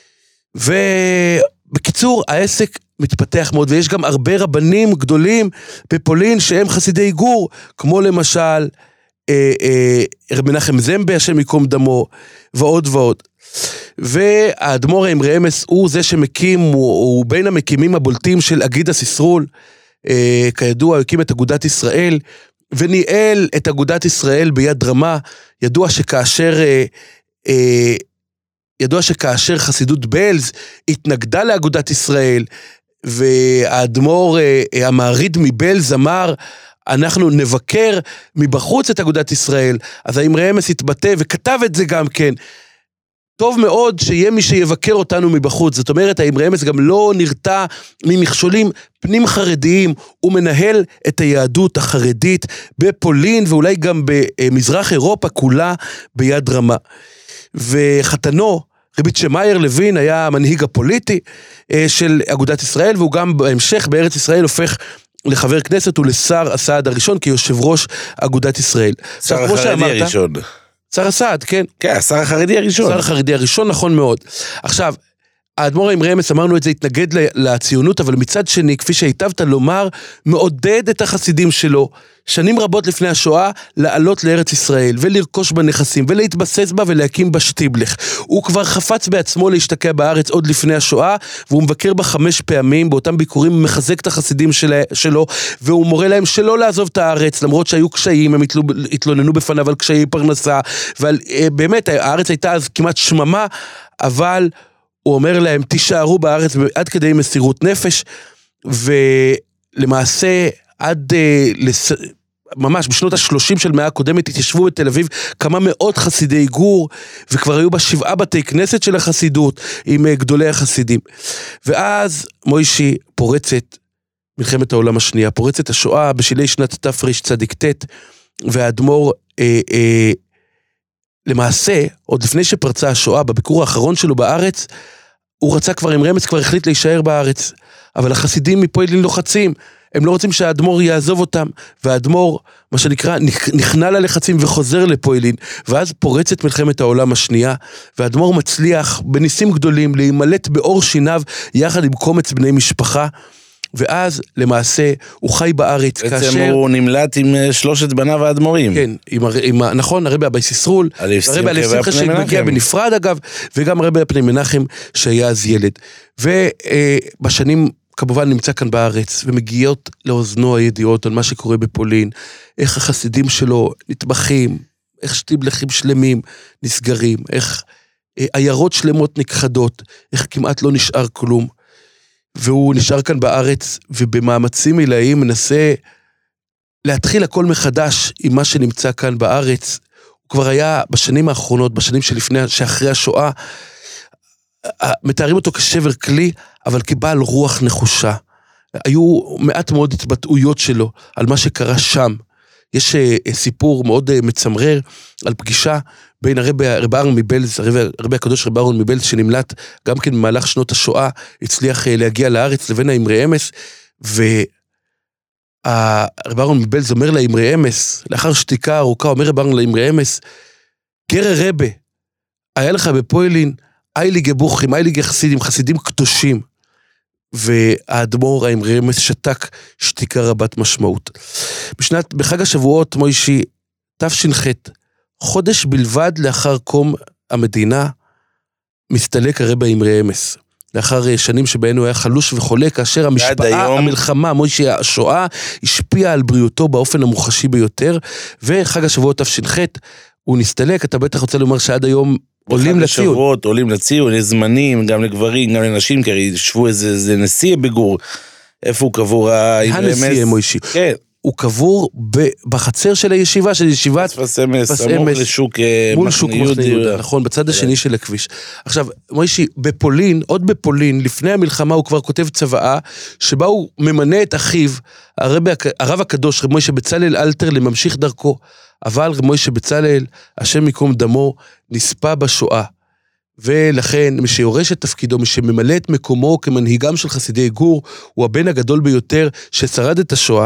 ובקיצור העסק מתפתח מאוד, ויש גם הרבה רבנים גדולים בפולין שהם חסידי גור, כמו למשל אה, אה, רב מנחם זמבה, השם יקום דמו, ועוד ועוד. והאדמו"ר האמרי אמס הוא זה שמקים, הוא, הוא בין המקימים הבולטים של אגודת ישרול, אה, כידוע הוא הקים את אגודת ישראל, וניהל את אגודת ישראל ביד רמה. ידוע שכאשר אה, אה, ידוע שכאשר חסידות בלז התנגדה לאגודת ישראל, והאדמו"ר המעריד מבלז אמר, אנחנו נבקר מבחוץ את אגודת ישראל, אז האמרי אמס התבטא וכתב את זה גם כן, טוב מאוד שיהיה מי שיבקר אותנו מבחוץ. זאת אומרת, האמרי אמס גם לא נרתע ממכשולים פנים חרדיים, הוא מנהל את היהדות החרדית בפולין, ואולי גם במזרח אירופה כולה ביד רמה. וחתנו, רבי צ'מאייר לוין, היה המנהיג הפוליטי של אגודת ישראל, והוא גם בהמשך בארץ ישראל הופך לחבר כנסת ולשר הסעד הראשון, כיושב ראש אגודת ישראל. שר החרדי הראשון. שר הסעד, כן. כן, השר החרדי הראשון. שר החרדי הראשון, נכון מאוד. עכשיו, האדמו"ר האמרי אמס, אמרנו את זה, התנגד לציונות, אבל מצד שני, כפי שהיטבת לומר, מעודד את החסידים שלו, שנים רבות לפני השואה, לעלות לארץ ישראל, ולרכוש בנכסים, ולהתבסס בה, ולהקים בה שטיבלך. הוא כבר חפץ בעצמו להשתקע בארץ עוד לפני השואה, והוא מבקר בה חמש פעמים, באותם ביקורים מחזק את החסידים שלו, והוא מורה להם שלא לעזוב את הארץ, למרות שהיו קשיים, הם התלוננו בפניו על קשיי פרנסה, ובאמת, הארץ הייתה אז כמעט שממה, אבל הוא אומר להם, תישארו בארץ עד כדי מסירות נפש, ולמעשה, עד לס... ממש בשנות השלושים של מאה הקודמת, התיישבו בתל אביב כמה מאות חסידי גור, וכבר היו בה שבעה בתי כנסת של החסידות, עם גדולי החסידים. ואז מוישי פורצת מלחמת העולם השנייה, פורצת השואה בשלהי שנת תרצ"ט, והאדמו"ר אה, אה, למעשה, עוד לפני שפרצה השואה, בביקור האחרון שלו בארץ, הוא רצה כבר, אמרי אמס כבר החליט להישאר בארץ, אבל החסידים מפוילין לוחצים, הם לא רוצים שהאדמו"ר יעזוב אותם, והאדמו"ר, מה שנקרא, נכנע ללחצים וחוזר לפוילין, ואז פורצת מלחמת העולם השנייה, והאדמו"ר מצליח בניסים גדולים להימלט באור שיניו, יחד עם קומץ בני משפחה, ואז למעשה הוא חי בארץ בעצם כאשר... הוא נמלט עם שלושת בניו האדמו"רים. כן, עם, עם, נכון, הרבי אבי ישרול, הרבי אלי שמחה שמגיע בנפרד אגב, וגם הרבי הפני מנחם שהיה אז ילד. ובשנים כמובן נמצא כאן בארץ, ומגיעות לאוזנו הידיעות על מה שקורה בפולין, איך החסידים שלו נטבחים, איך שטיבלחים שלמים נסגרים, איך עיירות שלמות נכחדות, איך כמעט לא נשאר כלום, והוא נשאר כאן בארץ, ובמאמצים עילאיים מנסה להתחיל הכל מחדש עם מה שנמצא כאן בארץ. הוא כבר היה בשנים האחרונות, בשנים שלפני, שאחרי השואה, מתארים אותו כשבר כלי, אבל כבעל רוח נחושה. היו מעט מאוד התבטאויות שלו על מה שקרה שם. יש סיפור מאוד מצמרר על פגישה בין הרבי, הרבי אהרון מבלז, הרבי, הרבי הקדוש רבי אהרון מבלז, שנמלט גם כן במהלך שנות השואה, הצליח להגיע לארץ לבין האמרי אמס, והרבי אהרון מבלז אומר לאמרי אמס, לאחר שתיקה ארוכה, אומר רבי אהרון לאמרי אמס, גרר רבי, היה לך בפוילין, אייליגה בוכים, אייליגה חסידים, חסידים קדושים, והאדמו"ר האמרי אמס שתק שתיקה רבת משמעות. בשנת, בחג השבועות, מוישי, תש"ח, חודש בלבד לאחר קום המדינה, מסתלק הרבי האמרי אמס. לאחר שנים שבהן הוא היה חלוש וחולה, כאשר המשפעה, היום... המלחמה, מוישי, השואה, השפיעה על בריאותו באופן המוחשי ביותר, וחג השבועות תש"ח, הוא נסתלק. אתה בטח רוצה לומר שעד היום עולים לציון. שבועות, עולים לציון, יש זמנים, גם לגברים, גם לנשים, כי ישבו איזה, איזה נשיא בגור. איפה הוא קבור? הנשיא מוישי. כן. הוא קבור בחצר של הישיבה, של ישיבת פס אמס, סמוך לשוק מחנה יהודה. נכון, בצד השני של הכביש. עכשיו, מוישי, בפולין, עוד בפולין, לפני המלחמה הוא כבר כותב צוואה, שבה הוא ממנה את אחיו, הרב, הרב הקדוש, רב מוישה בצלאל אלתר, לממשיך דרכו. אבל רב מוישה בצלאל, השם יקום דמו, נספה בשואה. ולכן, מי שיורש את תפקידו, מי שממלא את מקומו כמנהיגם של חסידי גור, הוא הבן הגדול ביותר ששרד את השואה,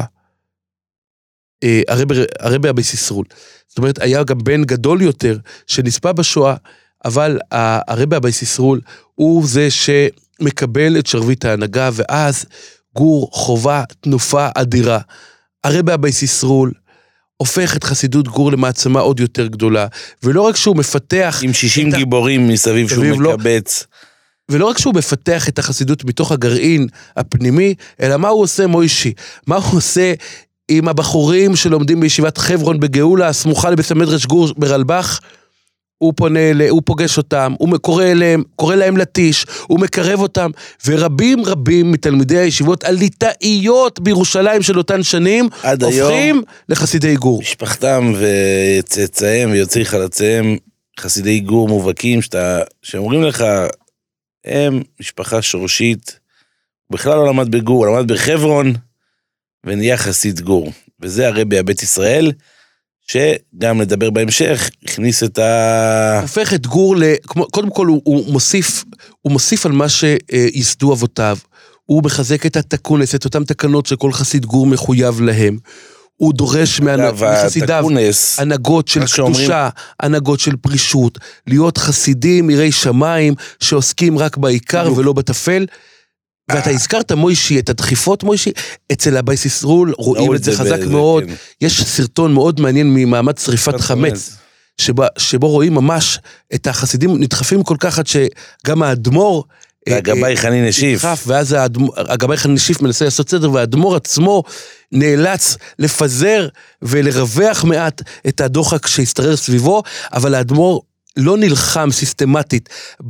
הרבי, הרבי אבייסיסרול. זאת אומרת, היה גם בן גדול יותר שנספה בשואה, אבל הרבי אבייסיסרול הוא זה שמקבל את שרביט ההנהגה, ואז גור חובה תנופה אדירה. הרבי אבייסיסרול הופך את חסידות גור למעצמה עוד יותר גדולה, ולא רק שהוא מפתח... עם שישים גיבורים מסביב שהוא מקבץ. ולא רק שהוא מפתח את החסידות מתוך הגרעין הפנימי, אלא מה הוא עושה מוישי? מה הוא עושה עם הבחורים שלומדים בישיבת חברון בגאולה, הסמוכה לבית המדרש גור ברלב"ח? הוא פונה, הוא פוגש אותם, הוא קורא אליהם, קורא להם לטיש, הוא מקרב אותם, ורבים רבים מתלמידי הישיבות הליטאיות בירושלים של אותן שנים, הופכים לחסידי גור. משפחתם וצאצאיהם ויוצאי חלציהם, חסידי גור מובהקים, שאתה, שאומרים לך, הם משפחה שורשית, הוא בכלל לא למד בגור, הוא למד בחברון, ונהיה חסיד גור. וזה הרבי הבית ישראל, שגם לדבר בהמשך, הכניס את ה... הופך את גור, קודם כל הוא, הוא, מוסיף, הוא מוסיף על מה שיסדו אבותיו, הוא מחזק את התקונס, את אותם תקנות שכל חסיד גור מחויב להם, הוא דורש מחסידיו הנהגות של קדושה, הנהגות של פרישות, להיות חסידים יראי שמיים, שעוסקים רק בעיקר ולא בטפל, ואתה הזכרת מוישי, את הדחיפות מוישי, אצל אבייסיסרול רואים את זה חזק מאוד, יש סרטון מאוד מעניין ממעמד שריפת חמץ, שבו רואים ממש את החסידים נדחפים כל כך עד שגם האדמו"ר, והגבאי חנין נשיף, ואז הגבאי חנין נשיף מנסה לעשות סדר, והאדמו"ר עצמו נאלץ לפזר ולרווח מעט את הדוחק שהסתרר סביבו, אבל האדמו"ר לא נלחם סיסטמטית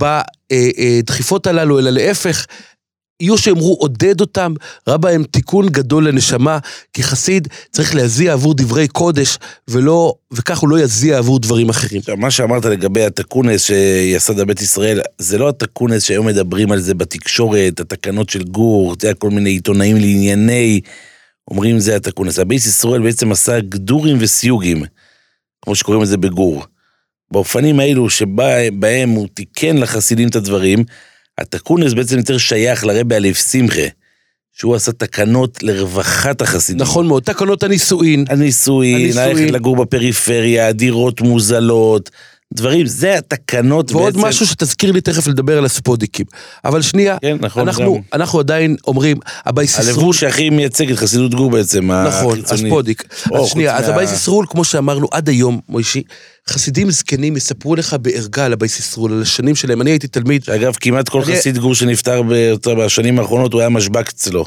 בדחיפות הללו, אלא להפך, יהיו שאמרו עודד אותם, ראה בהם תיקון גדול לנשמה, כי חסיד צריך להזיע עבור דברי קודש, ולא, וכך הוא לא יזיע עבור דברים אחרים. מה שאמרת לגבי התקונס שיסד הבית ישראל, זה לא התקונס שהיום מדברים על זה בתקשורת, התקנות של גור, זה היה כל מיני עיתונאים לענייני, אומרים זה התקונס. הבית ישראל בעצם עשה גדורים וסיוגים, כמו שקוראים את זה בגור. באופנים האלו שבהם הוא תיקן לחסידים את הדברים, התקונס בעצם יותר שייך לרבי הלב שמחה, שהוא עשה תקנות לרווחת החסידים. נכון מאוד, תקנות הנישואין. הנישואין, ללכת לגור בפריפריה, דירות מוזלות, דברים, זה התקנות ועוד בעצם. ועוד משהו שתזכיר לי תכף לדבר על הספודיקים. אבל שנייה, כן, נכון, אנחנו, אנחנו עדיין אומרים, הבייס ישרול... הלבוש שהכי מייצג את חסידות גור בעצם, נכון, הספודיק. אז שנייה, אז הבייס ישרול, כמו שאמרנו, עד היום, מוישי, חסידים זקנים יספרו לך בערגה על הבייס ישרול, על השנים שלהם. אני הייתי תלמיד... אגב, כמעט כל אני... חסיד גור שנפטר בשנים האחרונות, הוא היה משבק אצלו.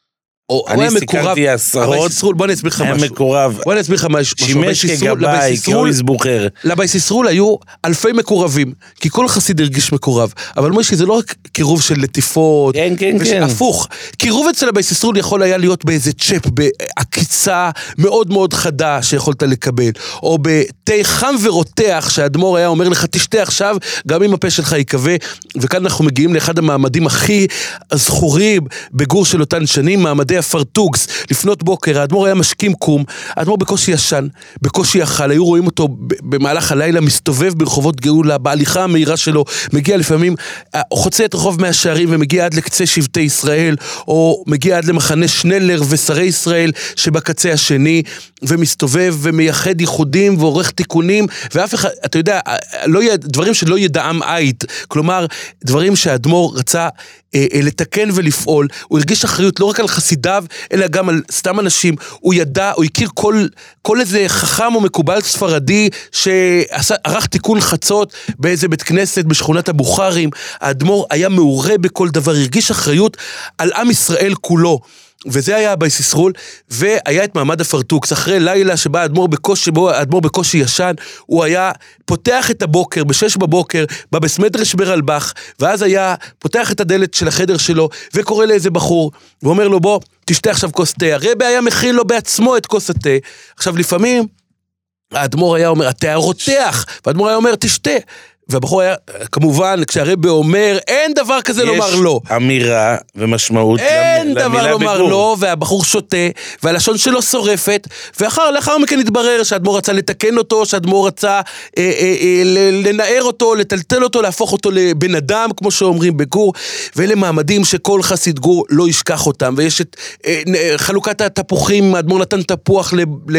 אני סיקרתי עשרות, בוא אני אסביר לך משהו. היה מקורב, בוא אני אסביר לך משהו. שימש כגבאי, כאויז בוחר. לבייס ישרול היו אלפי מקורבים, כי כל חסיד הרגיש מקורב. אבל מוישי, זה לא רק קירוב של לטיפות, כן, כן, כן. הפוך. קירוב אצל הבייס ישרול יכול היה להיות באיזה צ'פ, בעקיצה מאוד מאוד חדה שיכולת לקבל, או בתה חם ורותח, שהאדמו"ר היה אומר לך, תשתה עכשיו, גם אם הפה שלך יקווה, וכאן אנחנו מגיעים לאחד המעמדים הכי זכורים בגור של אותן שנים, מעמדי הפרטוגס. לפנות בוקר, האדמו"ר היה משכים קום, האדמו"ר בקושי ישן, בקושי אכל, היו רואים אותו במהלך הלילה, מסתובב ברחובות גאולה, בהליכה המהירה שלו, מגיע לפעמים, חוצה את רחוב מהשערים, ומגיע עד לקצה שבטי ישראל, או מגיע עד למחנה שנלר ושרי ישראל, שבקצה השני, ומסתובב ומייחד ייחודים, ועורך תיקונים, ואף אחד, אתה יודע, לא יד, דברים שלא ידעם עית, כלומר, דברים שהאדמו"ר רצה אה, אה, לתקן ולפעול, הוא הרגיש אחריות לא רק על חסידיו, אלא גם על סתם אנשים, הוא ידע, הוא הכיר כל, כל איזה חכם או מקובל ספרדי, שערך תיקון חצות, באיזה בית כנסת, בשכונת הבוכרים, האדמו"ר היה מעורה בכל דבר, הרגיש אחריות על עם ישראל כולו, וזה היה הבייס ישרול, והיה את מעמד הפרטוקס, אחרי לילה שבה האדמו"ר בקושי, בו האדמו"ר בקושי ישן, הוא היה פותח את הבוקר, בשש בבוקר, בבס מדרש ברלב"ח, ואז היה פותח את הדלת של החדר שלו, וקורא לאיזה בחור, ואומר לו, בוא, תשתה עכשיו כוס תה, הרבי היה מכין לו בעצמו את כוס התה, עכשיו לפעמים, האדמו"ר היה אומר, התה רותח, והאדמו"ר היה אומר, תשתה, והבחור היה, כמובן, כשהרבי אומר, אין דבר כזה לומר לא. יש אמירה ומשמעות למילה בגור. אין דבר לומר לא, והבחור שותה, והלשון שלו שורפת, ולאחר מכן התברר שהאדמו"ר רצה לתקן אותו, שהאדמו"ר רצה אה, אה, אה, לנער אותו, לטלטל אותו, להפוך אותו לבן אדם, כמו שאומרים בגור, ואלה מעמדים שכל חסיד גור לא ישכח אותם, ויש את אה, חלוקת התפוחים, האדמו"ר נתן תפוח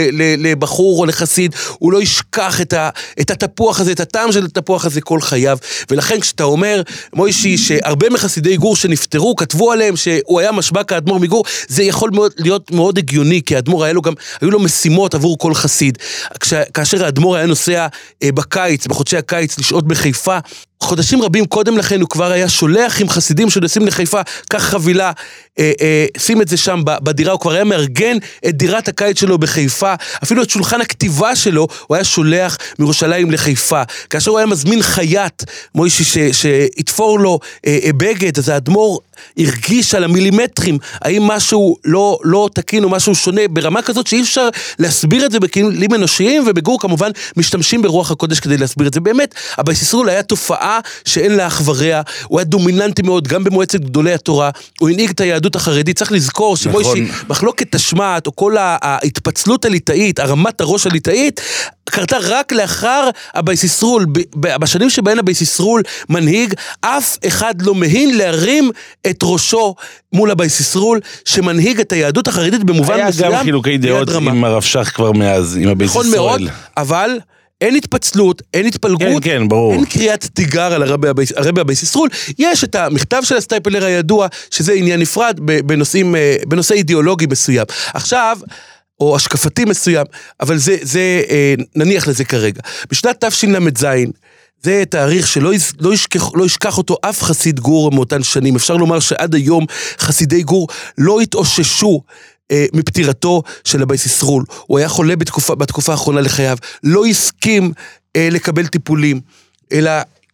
לבחור או לחסיד, הוא לא ישכח את, ה, את התפוח הזה, את הטעם של התפוח הזה, זה כל חייו, ולכן כשאתה אומר, מוישי, שהרבה מחסידי גור שנפטרו, כתבו עליהם שהוא היה משבק האדמו"ר מגור, זה יכול מאוד, להיות מאוד הגיוני, כי האדמו"ר היה לו גם, היו לו משימות עבור כל חסיד. כש, כאשר האדמו"ר היה נוסע אה, בקיץ, בחודשי הקיץ, לשעות בחיפה, חודשים רבים קודם לכן הוא כבר היה שולח עם חסידים שנוסעים לחיפה, כך חבילה, אה, אה, שים את זה שם בדירה, הוא כבר היה מארגן את דירת הקיץ שלו בחיפה, אפילו את שולחן הכתיבה שלו, הוא היה שולח מירושלים לחיפה, כאשר הוא היה מזמין חייט, מוישי שהתפור לו אה, אה, בגד, אז האדמו"ר הרגיש על המילימטרים, האם משהו לא, לא תקין או משהו שונה, ברמה כזאת שאי אפשר להסביר את זה בכלים אנושיים, ובגור כמובן משתמשים ברוח הקודש כדי להסביר את זה. באמת, הבייס ישרול היה תופעה שאין לה אח ורע, הוא היה דומיננטי מאוד, גם במועצת גדולי התורה, הוא הנהיג את היהדות החרדית, צריך לזכור שמוישי, מחלוקת תשמעת, או כל ההתפצלות הליטאית, הרמת הראש הליטאית, קרתה רק לאחר הבייס ישרול, בשנים שבהן הבייס ישרול מנהיג, אף אחד לא מהין להרים את ראשו מול הבייס ישרול, שמנהיג את היהדות החרדית במובן מסוים. היה גם חילוקי דעות עם הרב שך כבר מאז, עם הבייס ישרול. נכון מאוד, אבל אין התפצלות, אין התפלגות, כן, כן, ברור. אין קריאת תיגר על הרבי הבייס, הרבי הבייס ישרול. יש את המכתב של הסטייפלר הידוע, שזה עניין נפרד בנושאים, בנושא אידיאולוגי מסוים. עכשיו, או השקפתי מסוים, אבל זה, זה, נניח לזה כרגע. בשנת תשל"ז, זה תאריך שלא יש, לא ישכח, לא ישכח אותו אף חסיד גור מאותן שנים. אפשר לומר שעד היום חסידי גור לא התאוששו אה, מפטירתו של הבייס ישרול. הוא היה חולה בתקופה, בתקופה האחרונה לחייו, לא הסכים אה, לקבל טיפולים, אלא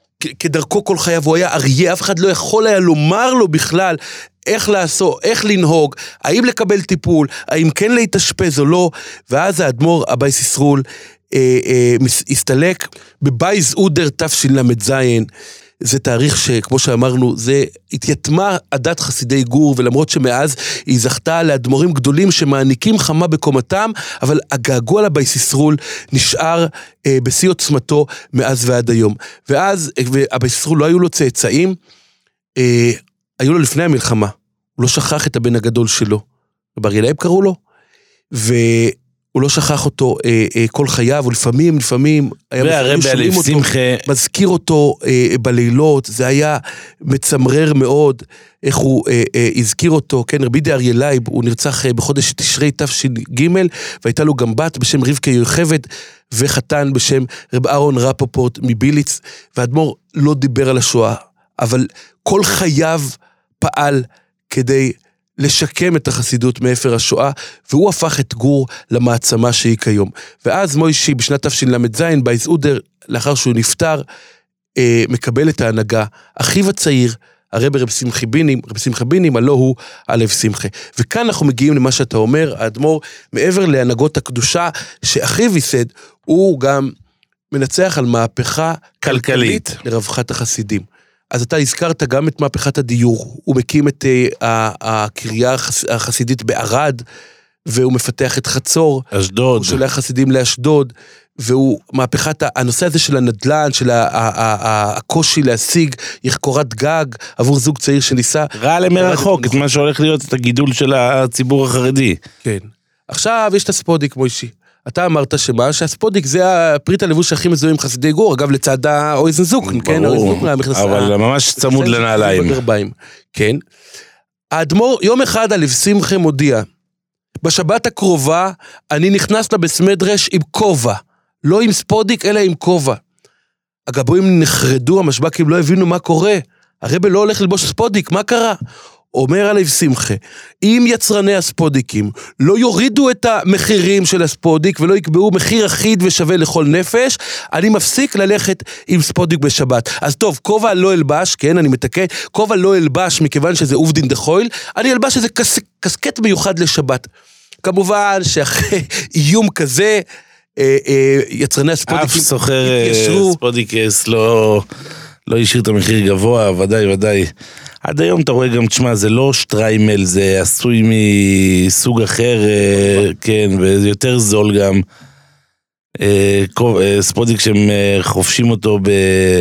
כדרכו כל חייו, הוא היה אריה, אף אחד לא יכול היה לומר לו בכלל איך לעשות, איך לנהוג, האם לקבל טיפול, האם כן להתאשפז או לא, ואז האדמו"ר הבייס ישרול אה, אה, הסתלק בבייז אודר תשל"ז, זה תאריך שכמו שאמרנו, זה התייתמה עדת חסידי גור, ולמרות שמאז היא זכתה לאדמו"רים גדולים שמעניקים חמה בקומתם, אבל הגעגוע לבייס ישרול נשאר אה, בשיא עוצמתו מאז ועד היום. ואז, הבייס ישרול לא היו לו צאצאים, אה, היו לו לפני המלחמה, הוא לא שכח את הבן הגדול שלו, בר ילאב קראו לו, והוא הוא לא שכח אותו אה, אה, כל חייו, ולפעמים, לפעמים, והרבי הלב שמחה, מזכיר אותו אה, בלילות, זה היה מצמרר מאוד, איך הוא אה, אה, הזכיר אותו, כן, רבי דה אריה לייב, הוא נרצח אה, בחודש תשרי תש"ג, והייתה לו גם בת בשם רבקה יוכבד, וחתן בשם רב אהרון רפופורט מביליץ, והאדמו"ר לא דיבר על השואה, אבל כל חייו פעל כדי לשקם את החסידות מאפר השואה, והוא הפך את גור למעצמה שהיא כיום. ואז מוישי בשנת תשל"ז, בייס אודר, לאחר שהוא נפטר, אה, מקבל את ההנהגה. אחיו הצעיר, הרב רב שמחה בינים, רב שמחה בינים, הלא הוא הלב שמחה. וכאן אנחנו מגיעים למה שאתה אומר, האדמו"ר, מעבר להנהגות הקדושה, שאחיו ייסד, הוא גם מנצח על מהפכה כלכלית, כלכלית לרווחת החסידים. אז אתה הזכרת גם את מהפכת הדיור, הוא מקים את uh, הקריה החסידית בערד, והוא מפתח את חצור, אשדוד. הוא שולח חסידים לאשדוד, והוא מהפכת, הנושא הזה של הנדל"ן, של הקושי להשיג קורת גג, עבור זוג צעיר שניסה. רע למרחוק, את מה שהולך להיות את הגידול של הציבור החרדי. כן. עכשיו יש את הספודיק, מוישי. אתה אמרת שמה, שהספודיק זה הפריט הלבוש הכי מזוהים עם חסידי גור, אגב לצד האויזן זוקן, כן? אבל ממש צמוד לנעליים. כן. האדמו"ר, יום אחד הלב שמחה מודיע, בשבת הקרובה אני נכנס לבסמדרש עם כובע, לא עם ספודיק אלא עם כובע. הגבוהים נחרדו, המשבקים לא הבינו מה קורה, הרב לא הולך ללבוש ספודיק, מה קרה? אומר הלב שמחה, אם יצרני הספודיקים לא יורידו את המחירים של הספודיק ולא יקבעו מחיר אחיד ושווה לכל נפש, אני מפסיק ללכת עם ספודיק בשבת. אז טוב, כובע לא אלבש, כן, אני מתקן, כובע לא אלבש מכיוון שזה עובדין דחויל, אני אלבש איזה קס, קסקט מיוחד לשבת. כמובן שאחרי איום כזה, אה, אה, יצרני הספודיקים אף סוחר ספודיקס לא, לא ישאיר את המחיר גבוה, ודאי ודאי. עד היום אתה רואה גם, תשמע, זה לא שטריימל, זה עשוי מסוג אחר, כן, וזה יותר זול גם. ספודיק שהם חופשים אותו ב...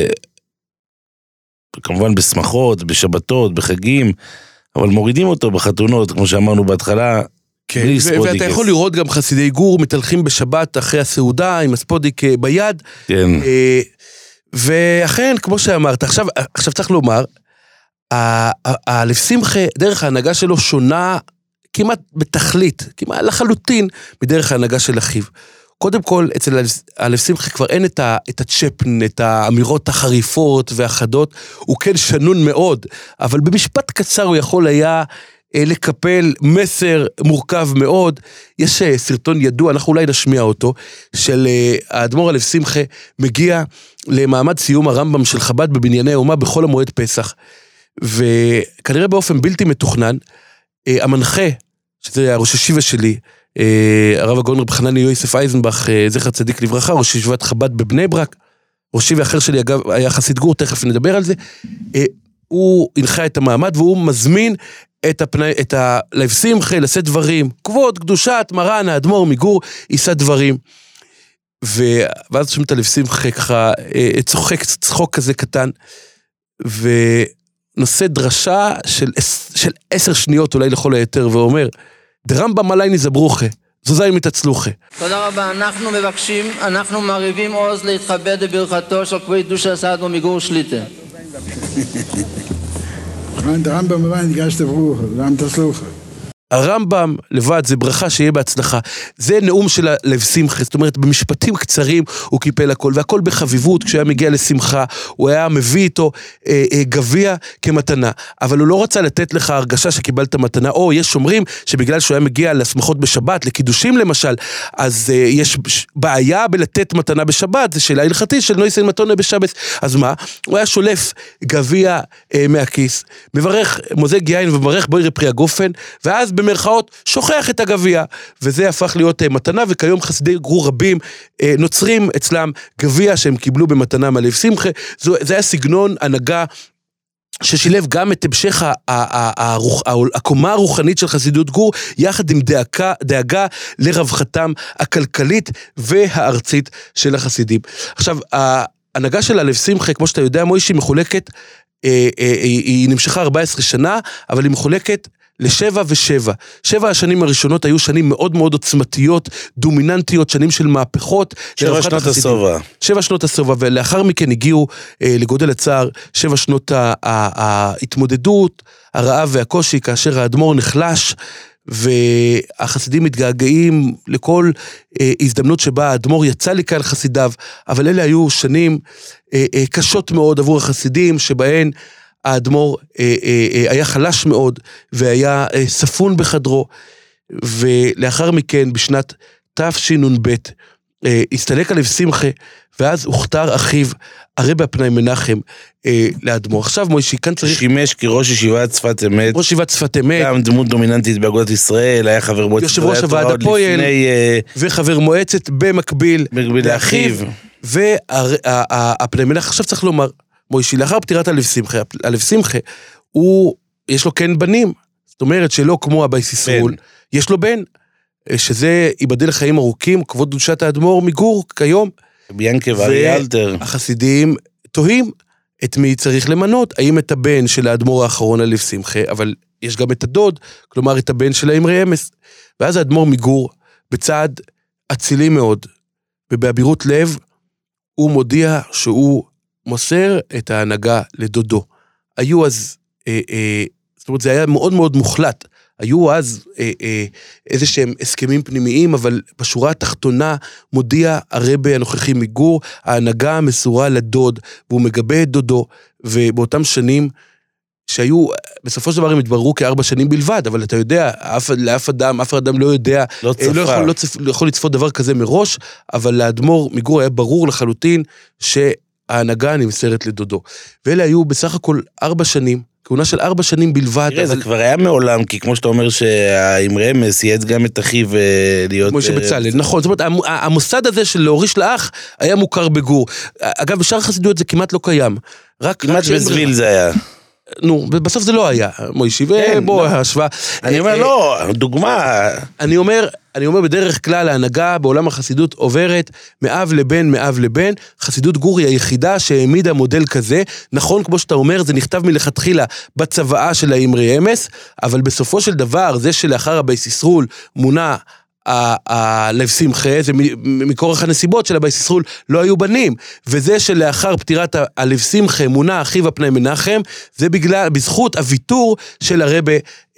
כמובן בשמחות, בשבתות, בחגים, אבל מורידים אותו בחתונות, כמו שאמרנו בהתחלה, כן, בלי ספודיקס. ואתה יכול לראות גם חסידי גור מתהלכים בשבת אחרי הסעודה עם הספודיק ביד. כן. ואכן, כמו שאמרת, עכשיו, עכשיו צריך לומר, הלב שמחה, דרך ההנהגה שלו שונה כמעט בתכלית, כמעט לחלוטין מדרך ההנהגה של אחיו. קודם כל, אצל הלב שמחה כבר אין את, ה, את הצ'פן, את האמירות החריפות והחדות, הוא כן שנון מאוד, אבל במשפט קצר הוא יכול היה לקפל מסר מורכב מאוד. יש סרטון ידוע, אנחנו אולי נשמיע אותו, של האדמו"ר הלב שמחה מגיע למעמד סיום הרמב"ם של חב"ד בבנייני האומה בכל המועד פסח. וכנראה באופן בלתי מתוכנן, המנחה, שזה הראש השיבה שלי, הרב הגאון רב חנניה יוסף אייזנבך, זכר צדיק לברכה, ראש ישיבת חב"ד בבני ברק, ראש שיבה אחר שלי אגב היה חסיד גור, תכף נדבר על זה, הוא הנחה את המעמד והוא מזמין את, הפני, את הלב שמחה לשאת דברים, כבוד, קדושת, מרן, האדמו"ר מגור, יישא דברים. ואז שומעים את הלב שמחה ככה, צוחק, צחוק כזה קטן, ו... נושא דרשה של, של עשר שניות אולי לכל היותר, ואומר, דרמב"ם עליי נזברוכה, זוזי מתעצלוכה. תודה רבה, אנחנו מבקשים, אנחנו מעריבים עוז להתכבד בברכתו של כבוד קדושת האדמו"ר מגור שליט"א. דרמב"ם עליי נזברוכה, זוזי מתעצלוכה. הרמב"ם לבד זה ברכה שיהיה בהצלחה, זה נאום של הלב שמחה, זאת אומרת במשפטים קצרים הוא קיפל הכל, והכל בחביבות, כשהיה מגיע לשמחה, הוא היה מביא איתו אה, אה, גביע כמתנה, אבל הוא לא רצה לתת לך הרגשה שקיבלת מתנה, או יש שומרים שבגלל שהוא היה מגיע לשמחות בשבת, לקידושים למשל, אז אה, יש בעיה בלתת מתנה בשבת, זה שאלה הלכתית של נויסן מתונה בשבת, אז מה? הוא היה שולף גביע אה, מהכיס, מברך מוזג יין ומברך בוירי פרי הגופן, ואז במרכאות שוכח את הגביע, וזה הפך להיות מתנה, וכיום חסידי גור רבים נוצרים אצלם גביע שהם קיבלו במתנה מהלב שמחה. זה היה סגנון הנהגה ששילב גם את המשך הקומה הרוחנית של חסידות גור, יחד עם דאגה, דאגה לרווחתם הכלכלית והארצית של החסידים. עכשיו, ההנהגה של הלב שמחה, כמו שאתה יודע, מוישי, מחולקת, היא נמשכה ארבע עשרה שנה, אבל היא מחולקת לשבע ושבע. שבע השנים הראשונות היו שנים מאוד מאוד עוצמתיות, דומיננטיות, שנים של מהפכות. שבע שנות הסובה. שבע שנות הסובה, ולאחר מכן הגיעו אה, לגודל הצער, שבע שנות ההתמודדות, הרעב והקושי, כאשר האדמו"ר נחלש, והחסידים מתגעגעים לכל אה, הזדמנות שבה האדמו"ר יצא לקהל חסידיו, אבל אלה היו שנים אה, אה, קשות מאוד עבור החסידים, שבהן האדמו"ר אה, אה, אה, היה חלש מאוד, והיה אה, ספון בחדרו, ולאחר מכן בשנת תשנ"ב, אה, הסתלק עליו שמחה, ואז הוכתר אחיו, הרבי הפנאי מנחם, אה, לאדמו"ר. עכשיו מוישי, כאן צריך... שימש כראש ישיבת שפת אמת. ראש ישיבת שפת אמת. גם דמות דומיננטית באגודת ישראל, היה חבר מועצת... יושב ראש הוועד הפועל, לפני... וחבר מועצת במקביל. במקביל לאחיו. והפנאי מנחם, עכשיו צריך לומר, מוישי, לאחר פטירת הלב שמחה, הלב שמחה, הוא, יש לו כן בנים, זאת אומרת שלא כמו אבא יששרול, יש לו בן, שזה ייבדל לחיים ארוכים, כבוד קדושת האדמו"ר מגור כיום. ביאנקה וארי אלתר. והחסידים תוהים את מי צריך למנות, האם את הבן של האדמו"ר האחרון הלב שמחה, אבל יש גם את הדוד, כלומר את הבן של האמרי אמס. ואז האדמו"ר מגור, בצעד אצילי מאוד, ובאבירות לב, הוא מודיע שהוא מוסר את ההנהגה לדודו. היו אז, אה, אה, זאת אומרת, זה היה מאוד מאוד מוחלט, היו אז אה, אה, איזה שהם הסכמים פנימיים, אבל בשורה התחתונה מודיע הרבי הנוכחי מגור, ההנהגה מסורה לדוד, והוא מגבה את דודו, ובאותם שנים שהיו, בסופו של דבר הם התבררו כארבע שנים בלבד, אבל אתה יודע, אף, לאף אדם, אף אדם לא יודע, לא, אה, לא, יכול, לא, צפ, לא יכול לצפות דבר כזה מראש, אבל לאדמו"ר מגור היה ברור לחלוטין, שההנהגה נמסרת לדודו. ואלה היו בסך הכל ארבע שנים, כהונה של ארבע שנים בלבד. תראה, אבל... זה כבר היה מעולם, כי כמו שאתה אומר שהאמרי אמס יעץ גם את אחיו להיות... כמו שבצלאל, נכון, זאת אומרת, המוסד הזה של להוריש לאח היה מוכר בגור. אגב, בשאר החסידויות זה כמעט לא קיים. כמעט בזוויל זה היה. נו, בסוף זה לא היה, מוישי, ובוא, השוואה. אני אומר, לא, דוגמה. אני אומר, אני אומר, בדרך כלל ההנהגה בעולם החסידות עוברת מאב לבן, מאב לבן. חסידות גור היא היחידה שהעמידה מודל כזה. נכון, כמו שאתה אומר, זה נכתב מלכתחילה בצוואה של האמרי אמס, אבל בסופו של דבר, זה שלאחר אבא יששרול מונה הלב שמחה, זה מכורח הנסיבות של אבא יששרול לא היו בנים, וזה שלאחר פטירת הלב שמחה מונה אחיו הפנאי מנחם, זה בגלל, בזכות הוויתור של הרבי,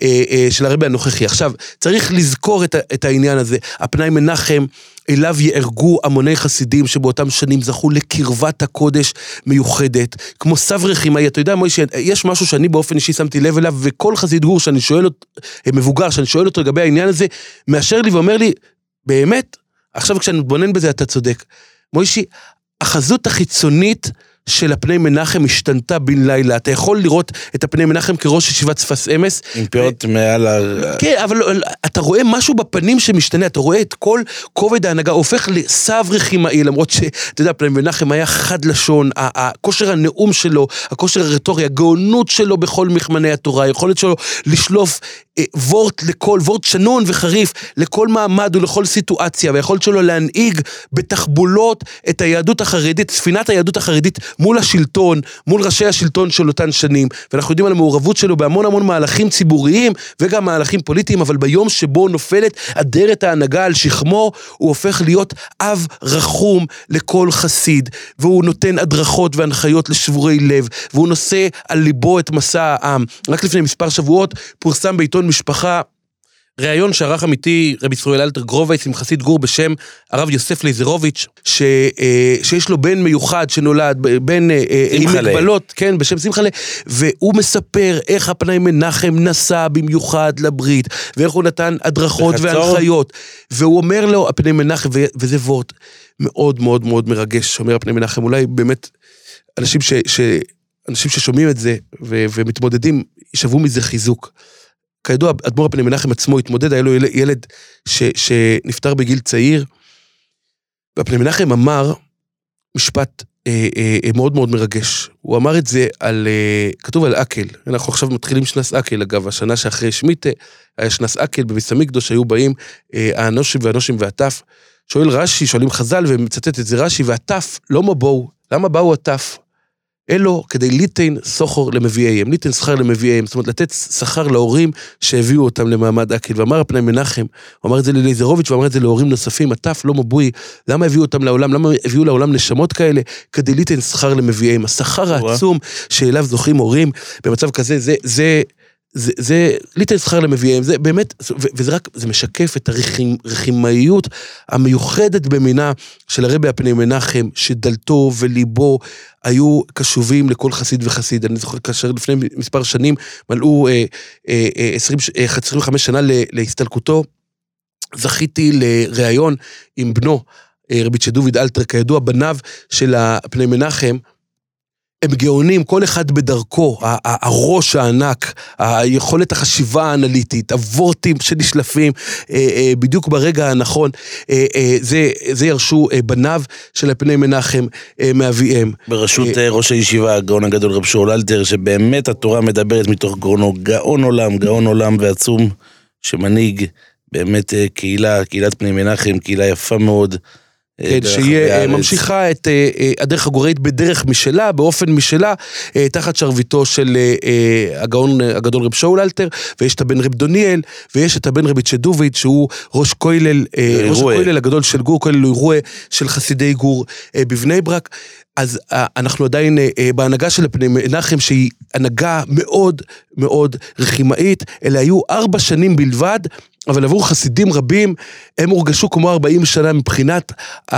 של הרבי הנוכחי. עכשיו, צריך לזכור את, את העניין הזה, הפנאי מנחם, אליו יארגו המוני חסידים שבאותם שנים זכו לקרבת הקודש מיוחדת, כמו סברי חימאי. אתה יודע, מוישי, יש משהו שאני באופן אישי שמתי לב אליו, וכל חסיד גור שאני שואל אותו, מבוגר, שאני שואל אותו לגבי העניין הזה, מאשר לי ואומר לי, באמת, עכשיו כשאני מתבונן בזה אתה צודק. מוישי, החזות החיצונית של הפני מנחם השתנתה בן לילה. אתה יכול לראות את הפני מנחם כראש ישיבת שפת אמס. עם פאות מעל ה... כן, אבל אתה רואה משהו בפנים שמשתנה, אתה רואה את כל כובד ההנהגה, הופך לסברי חימאי, למרות שאתה יודע, הפני מנחם היה חד לשון, הכושר הנאום שלו, הכושר הרטורי, הגאונות שלו בכל מחמני התורה, היכולת שלו לשלוף וורט לכל, וורט שנון וחריף, לכל מעמד ולכל סיטואציה, והיכולת שלו להנהיג בתחבולות את היהדות החרדית, ספינת היהדות החרדית, מול השלטון, מול ראשי השלטון של אותן שנים, ואנחנו יודעים על המעורבות שלו בהמון המון מהלכים ציבוריים, וגם מהלכים פוליטיים, אבל ביום שבו נופלת אדרת ההנהגה על שכמו, הוא הופך להיות אב רחום לכל חסיד, והוא נותן הדרכות והנחיות לשבורי לב, והוא נושא על ליבו את מסע העם. רק לפני מספר שבועות, פורסם בעיתון משפחה, ראיון שערך אמיתי רבי ישראל אלתר גרובייס עם חסיד גור בשם הרב יוסף לייזרוביץ', ש, שיש לו בן מיוחד שנולד, בן עם מגבלות, כן, בשם שמחלה, והוא מספר איך הפנאי מנחם נסע במיוחד לברית, ואיך הוא נתן הדרכות והנחיות, והוא אומר לו, הפנאי מנחם, וזה וורט מאוד מאוד מאוד מרגש, אומר הפנאי מנחם, אולי באמת אנשים, ש, ש, אנשים ששומעים את זה ו, ומתמודדים, ישבו מזה חיזוק. כידוע, אדמו"ר הפנאי מנחם עצמו התמודד, היה לו ילד ש, שנפטר בגיל צעיר, והפנאי מנחם אמר משפט אה, אה, מאוד מאוד מרגש. הוא אמר את זה על, אה, כתוב על אקל, אנחנו עכשיו מתחילים שנס אקל, אגב, השנה שאחרי שמיטה, היה שנס אקל בביס המקדוש, היו באים אה, האנושים והאנושים והטף, שואל רש"י, שואלים חז"ל, ומצטט את זה רש"י, והטף לא מה באו, למה באו הטף? אלו כדי ליתן סוחר למביאיהם, ליתן שכר למביאיהם, זאת אומרת, לתת שכר להורים שהביאו אותם למעמד אקיל, ואמר הפני מנחם, הוא אמר את זה לליזרוביץ', ואמר את זה להורים נוספים, עטף לא מבוי, למה הביאו אותם לעולם, למה הביאו לעולם נשמות כאלה, כדי ליתן שכר למביאיהם, השכר העצום שאליו זוכים הורים, במצב כזה, זה, זה, זה, זה ליתן שכר למביאיהם, זה באמת, וזה רק, זה משקף את הרחימאיות המיוחדת במינה של הרבי הפני מנחם, שדלתו וליבו היו קשובים לכל חסיד וחסיד. אני זוכר כאשר לפני מספר שנים מלאו אה, אה, אה, עשרים וחמש שנה להסתלקותו, זכיתי לראיון עם בנו, אה, רבי צ'דוביד אלתר, כידוע בניו של הפני מנחם, הם גאונים, כל אחד בדרכו, הראש הענק, היכולת החשיבה האנליטית, הוורטים שנשלפים, בדיוק ברגע הנכון, זה, זה ירשו בניו של הפני מנחם מאביהם. בראשות ראש הישיבה, הגאון הגדול רב שאול אלתר, שבאמת התורה מדברת מתוך גאונו, גאון עולם, גאון עולם ועצום, שמנהיג באמת קהילה, קהילת פני מנחם, קהילה יפה מאוד, כן, שהיא ממשיכה את הדרך הגורית בדרך משלה, באופן משלה, תחת שרביטו של הגאון הגדול רב שאול אלתר, ויש את הבן רב דוניאל, ויש את הבן רבי צ'דוביד, שהוא ראש כולל, ראש הכולל הגדול של גור, כולל אירוע של חסידי גור בבני ברק. אז אנחנו עדיין בהנהגה של הפני מנחם, שהיא הנהגה מאוד מאוד רחימאית, אלה היו ארבע שנים בלבד, אבל עבור חסידים רבים, הם הורגשו כמו ארבעים שנה מבחינת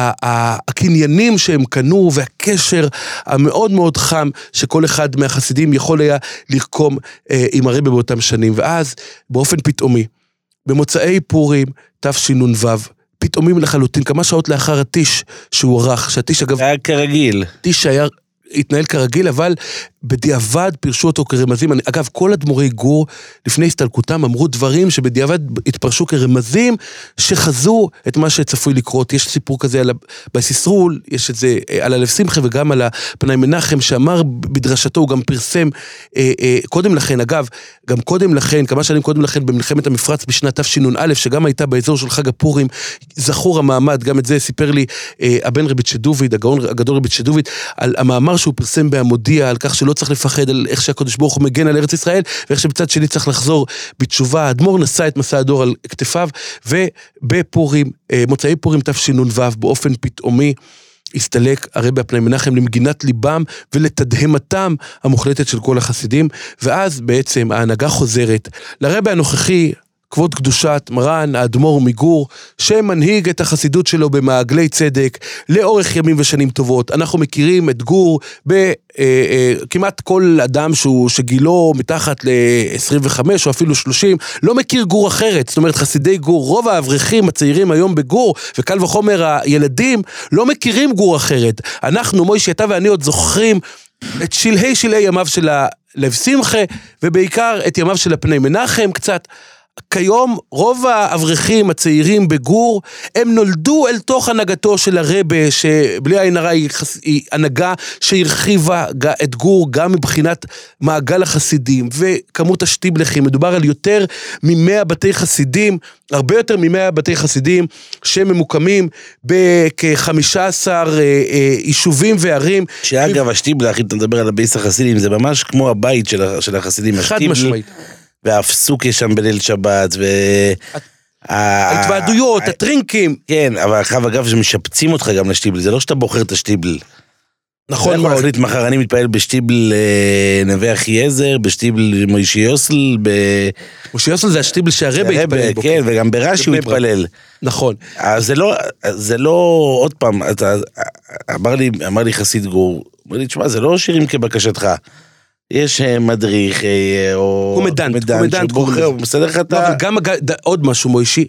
הקניינים שהם קנו, והקשר המאוד מאוד חם, שכל אחד מהחסידים יכול היה לרקום עם הרבי באותם שנים. ואז, באופן פתאומי, במוצאי פורים, תשנ"ו, פתאומים לחלוטין, כמה שעות לאחר הטיש שהוא ערך, שהטיש אגב... היה כרגיל. טיש היה... התנהל כרגיל, אבל בדיעבד פירשו אותו כרמזים. אגב, כל אדמו"רי גור, לפני הסתלקותם, אמרו דברים שבדיעבד התפרשו כרמזים, שחזו את מה שצפוי לקרות. יש סיפור כזה על בסיסרול, יש את זה על הלב שמחה, וגם על הפני מנחם, שאמר בדרשתו, הוא גם פרסם אה, אה, קודם לכן, אגב, גם קודם לכן, כמה שנים קודם לכן, במלחמת המפרץ בשנת תשנ"א, שגם הייתה באזור של חג הפורים, זכור המעמד, גם את זה סיפר לי אה, הבן רבי צ'דוביד, הגאון הגדול רבי צ'דוביד, על המאמר שהוא פרסם בהמודיע, על כך שלא צריך לפחד על איך שהקדוש ברוך הוא מגן על ארץ ישראל, ואיך שבצד שני צריך לחזור בתשובה. האדמו"ר נשא את מסע הדור על כתפיו, ובפורים, מוצאי פורים תשנ"ו, באופן פתאומי, הסתלק הרבי הפני מנחם למגינת ליבם, ולתדהמתם המוחלטת של כל החסידים, ואז בעצם ההנהגה חוזרת לרבי הנוכחי, כבוד קדושת מרן האדמו"ר מגור, שמנהיג את החסידות שלו במעגלי צדק, לאורך ימים ושנים טובות. אנחנו מכירים את גור בכמעט כל אדם שהוא, שגילו מתחת ל-עשרים וחמש או אפילו שלושים, לא מכיר גור אחרת. זאת אומרת, חסידי גור, רוב האברכים הצעירים היום בגור, וקל וחומר הילדים, לא מכירים גור אחרת. אנחנו, מוישי, אתה ואני עוד זוכרים את שלהי שלהי ימיו של הלב שמחה, ובעיקר את ימיו של הפני מנחם קצת. כיום רוב האברכים הצעירים בגור, הם נולדו אל תוך הנהגתו של הרבה, שבלי עין הרע היא, היא הנהגה שהרחיבה את גור גם מבחינת מעגל החסידים וכמות השטיבלחים. מדובר על יותר ממאה בתי חסידים, הרבה יותר ממאה בתי חסידים שממוקמים בכ-חמישה עשר יישובים וערים. שאגב, השטיבלח, אם אתה מדבר על הבייס החסידים, זה ממש כמו הבית של החסידים. חד משמעית. והפסוק יש שם בליל שבת, ו... ההתוועדויות, הטרינקים. כן, אבל אחר אגב שמשפצים אותך גם לשטיבל, זה לא שאתה בוחר את השטיבל. נכון מאוד. להחליט מחר, אני מתפעל בשטיבל נווה אחיעזר, בשטיבל מוישי יוסל, ב... מוישי יוסל זה השטיבל שהרבא התפלל בו. כן, וגם ברש"י הוא התפלל. נכון. אז זה לא, זה לא, עוד פעם, אמר לי, אמר לי חסיד גור, אמר לי, תשמע, זה לא שירים כבקשתך. יש מדריך, או... קומדנט, קומדנט, שבוחר, הוא מסדר לך את ה... אבל גם עוד משהו, מוישי,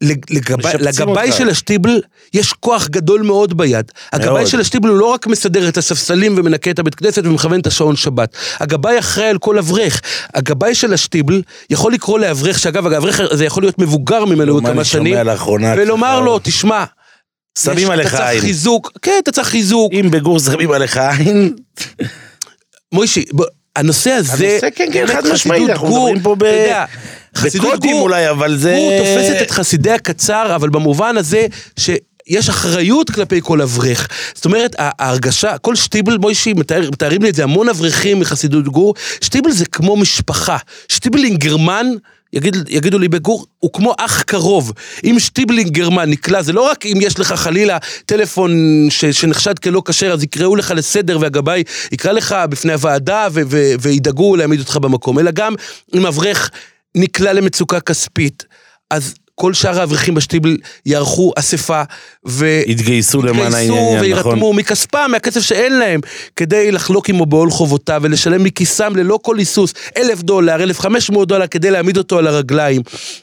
לגבי של השטיבל, יש כוח גדול מאוד ביד. הגבי של השטיבל הוא לא רק מסדר את הספסלים, ומנקה את הבית כנסת, ומכוון את השעון שבת. הגבי אחראי על כל אברך. הגבי של השטיבל, יכול לקרוא לאברך, שאגב, האברך הזה יכול להיות מבוגר ממנו כמה שנים, ולומר לו, תשמע, שמים עליך עין. אתה צריך חיזוק, כן, אתה צריך חיזוק. אם בגור שמים עליך עין... מוישי, הנושא הזה, הנושא כן, כן, חד משמעית, אנחנו מדברים פה בקודים אולי, אבל זה... גור תופסת את חסידי הקצר, אבל במובן הזה, יש אחריות כלפי כל אברך. זאת אומרת, ההרגשה, כל שטיבל, מוישי, מתאר, מתארים לי את זה, המון אברכים מחסידות גור, שטיבל זה כמו משפחה. שטיבלינג גרמן, יגיד, יגידו לי בגור, הוא כמו אח קרוב. אם שטיבלינג גרמן נקלע, זה לא רק אם יש לך חלילה טלפון ש, שנחשד כלא כשר, אז יקראו לך לסדר והגבאי יקרא לך בפני הוועדה ו, ו, וידאגו להעמיד אותך במקום, אלא גם אם אברך נקלע למצוקה כספית, אז כל שאר האברכים בשטיבל יערכו אספה יתגייסו למען העניין, וירתמו מכספם, מהכסף שאין להם, כדי לחלוק עמו בעול חובותיו ולשלם מכיסם ללא כל היסוס, אלף דולר, אלף חמש מאות דולר, כדי להעמיד אותו על הרגליים.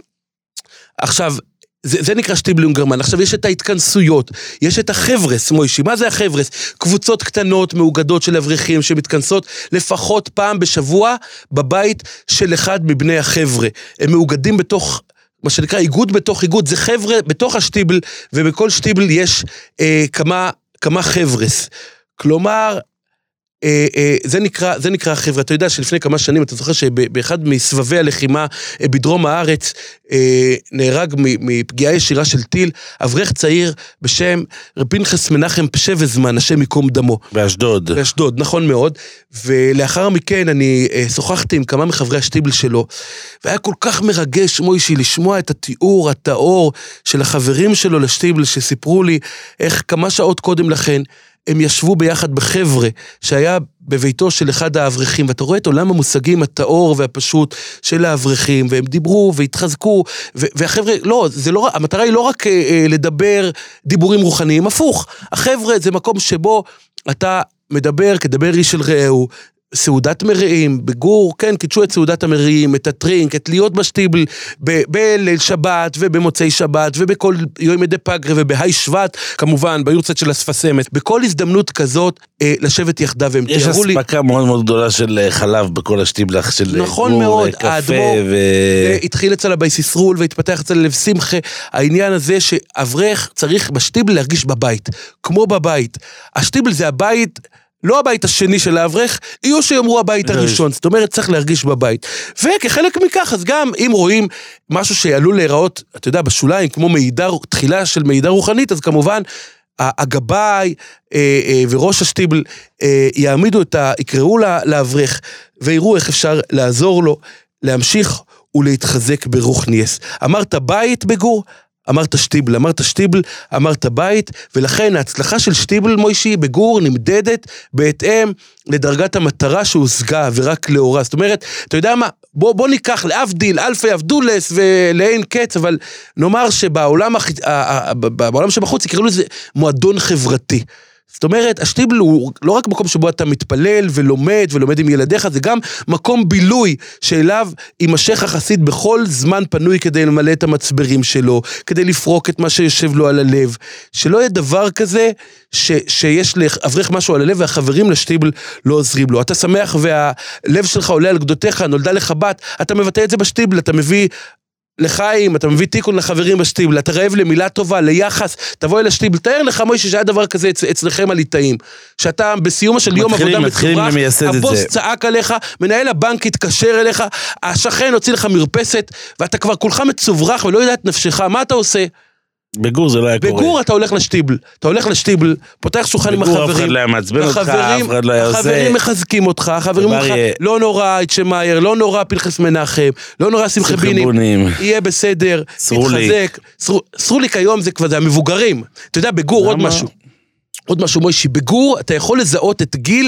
עכשיו, זה, זה נקרא שטיבלינג גרמן. עכשיו יש את ההתכנסויות, יש את החברס, מוישי, מה זה החברס? קבוצות קטנות, מאוגדות של אברכים, שמתכנסות לפחות פעם בשבוע, בבית של אחד מבני החבר'ה. הם מאוגדים בתוך מה שנקרא איגוד בתוך איגוד, זה חבר'ה בתוך השטיבל, ובכל שטיבל יש אה, כמה, כמה חבר'ס. כלומר, אה, אה, זה נקרא, זה נקרא חבר'ה. אתה יודע שלפני כמה שנים, אתה זוכר שבאחד מסבבי הלחימה אה, בדרום הארץ, אה, נהרג מפגיעה ישירה של טיל, אברך צעיר בשם רב פנחס מנחם פשבזמן, השם יקום דמו. באשדוד. באשדוד, נכון מאוד. ולאחר מכן אני אה, שוחחתי עם כמה מחברי השטיבל שלו, והיה כל כך מרגש, מוישי, לשמוע את התיאור, התיאור של החברים שלו לשטיבל, שסיפרו לי איך כמה שעות קודם לכן, הם ישבו ביחד בחבר'ה, שהיה בביתו של אחד האברכים, ואתה רואה את עולם המושגים, התיאור והפשוט של האברכים, והם דיברו והתחזקו, והחבר'ה, לא, זה לא, המטרה היא לא רק אה, לדבר דיבורים רוחניים, הפוך, החבר'ה זה מקום שבו אתה מדבר כדבר איש של רעהו, סעודת מרעים, בגור, כן, קידשו את סעודת המרעים, את הטרינק, את להיות בשטיבל, בליל שבת ובמוצאי שבת, ובכל יום מדי פגרה ובהי שבט, כמובן, ביורצת של הספסמת, בכל הזדמנות כזאת, אה, לשבת יחדיו, הם יש הספקה לי... מאוד מאוד גדולה של חלב בכל השטיבלך, של נכון גור, מאוד, קפה האדמו, ו... התחיל אצל הבייסיסרול, והתפתח אצל לב שמחה, העניין הזה שאברך צריך בשטיבל להרגיש בבית, כמו בבית. השטיבל זה הבית, לא הבית השני של האברך, יהיו שיאמרו הבית הראשון, זאת אומרת צריך להרגיש בבית. וכחלק מכך, אז גם אם רואים משהו שעלול להיראות, אתה יודע, בשוליים, כמו מידע, תחילה של מידע רוחנית, אז כמובן, הגבאי אה, אה, וראש השטיבל אה, יעמידו את ה... יקראו לאברך, ויראו איך אפשר לעזור לו, להמשיך ולהתחזק ברוך ניאס. אמרת בית בגור, אמרת שטיבל, אמרת שטיבל, אמרת בית, ולכן ההצלחה של שטיבל מוישי בגור נמדדת בהתאם לדרגת המטרה שהושגה ורק לאורה. זאת אומרת, אתה יודע מה, בוא, בוא ניקח להבדיל, אלפי אבדולס ולאין קץ, אבל נאמר שבעולם בעולם שבחוץ יקראו לזה מועדון חברתי. זאת אומרת, השטיבל הוא לא רק מקום שבו אתה מתפלל ולומד ולומד עם ילדיך, זה גם מקום בילוי שאליו יימשך החסיד בכל זמן פנוי כדי למלא את המצברים שלו, כדי לפרוק את מה שיושב לו על הלב. שלא יהיה דבר כזה ש, שיש לאברך משהו על הלב והחברים לשטיבל לא עוזרים לו. אתה שמח והלב שלך עולה על גדותיך, נולדה לך בת, אתה מבטא את זה בשטיבל, אתה מביא לחיים, אתה מביא תיקון לחברים בשטיבל, אתה רעב למילה טובה, ליחס, תבוא אל השטיבל, תאר לך מוישה שהיה דבר כזה אצ, אצלכם הליטאים, שאתה בסיום של יום עבודה מצורח, הבוס צעק עליך, מנהל הבנק התקשר אליך, השכן הוציא לך מרפסת, ואתה כבר כולך מצוברח ולא יודע את נפשך, מה אתה עושה? בגור זה לא היה קורה. בגור אתה הולך לשטיבל, אתה הולך לשטיבל, פותח שולחן עם החברים. בגור אף אחד לא היה מעצבן אותך, אף אחד לא היה עושה. החברים מחזקים אותך, החברים אומרים לך, לא נורא יצ'מאייר, לא נורא פנחס מנחם, לא נורא שמחה בינים, יהיה בסדר, תתחזק. סרוליק היום זה כבר, זה המבוגרים. אתה יודע, בגור עוד משהו. עוד משהו מוישי, בגור אתה יכול לזהות את גיל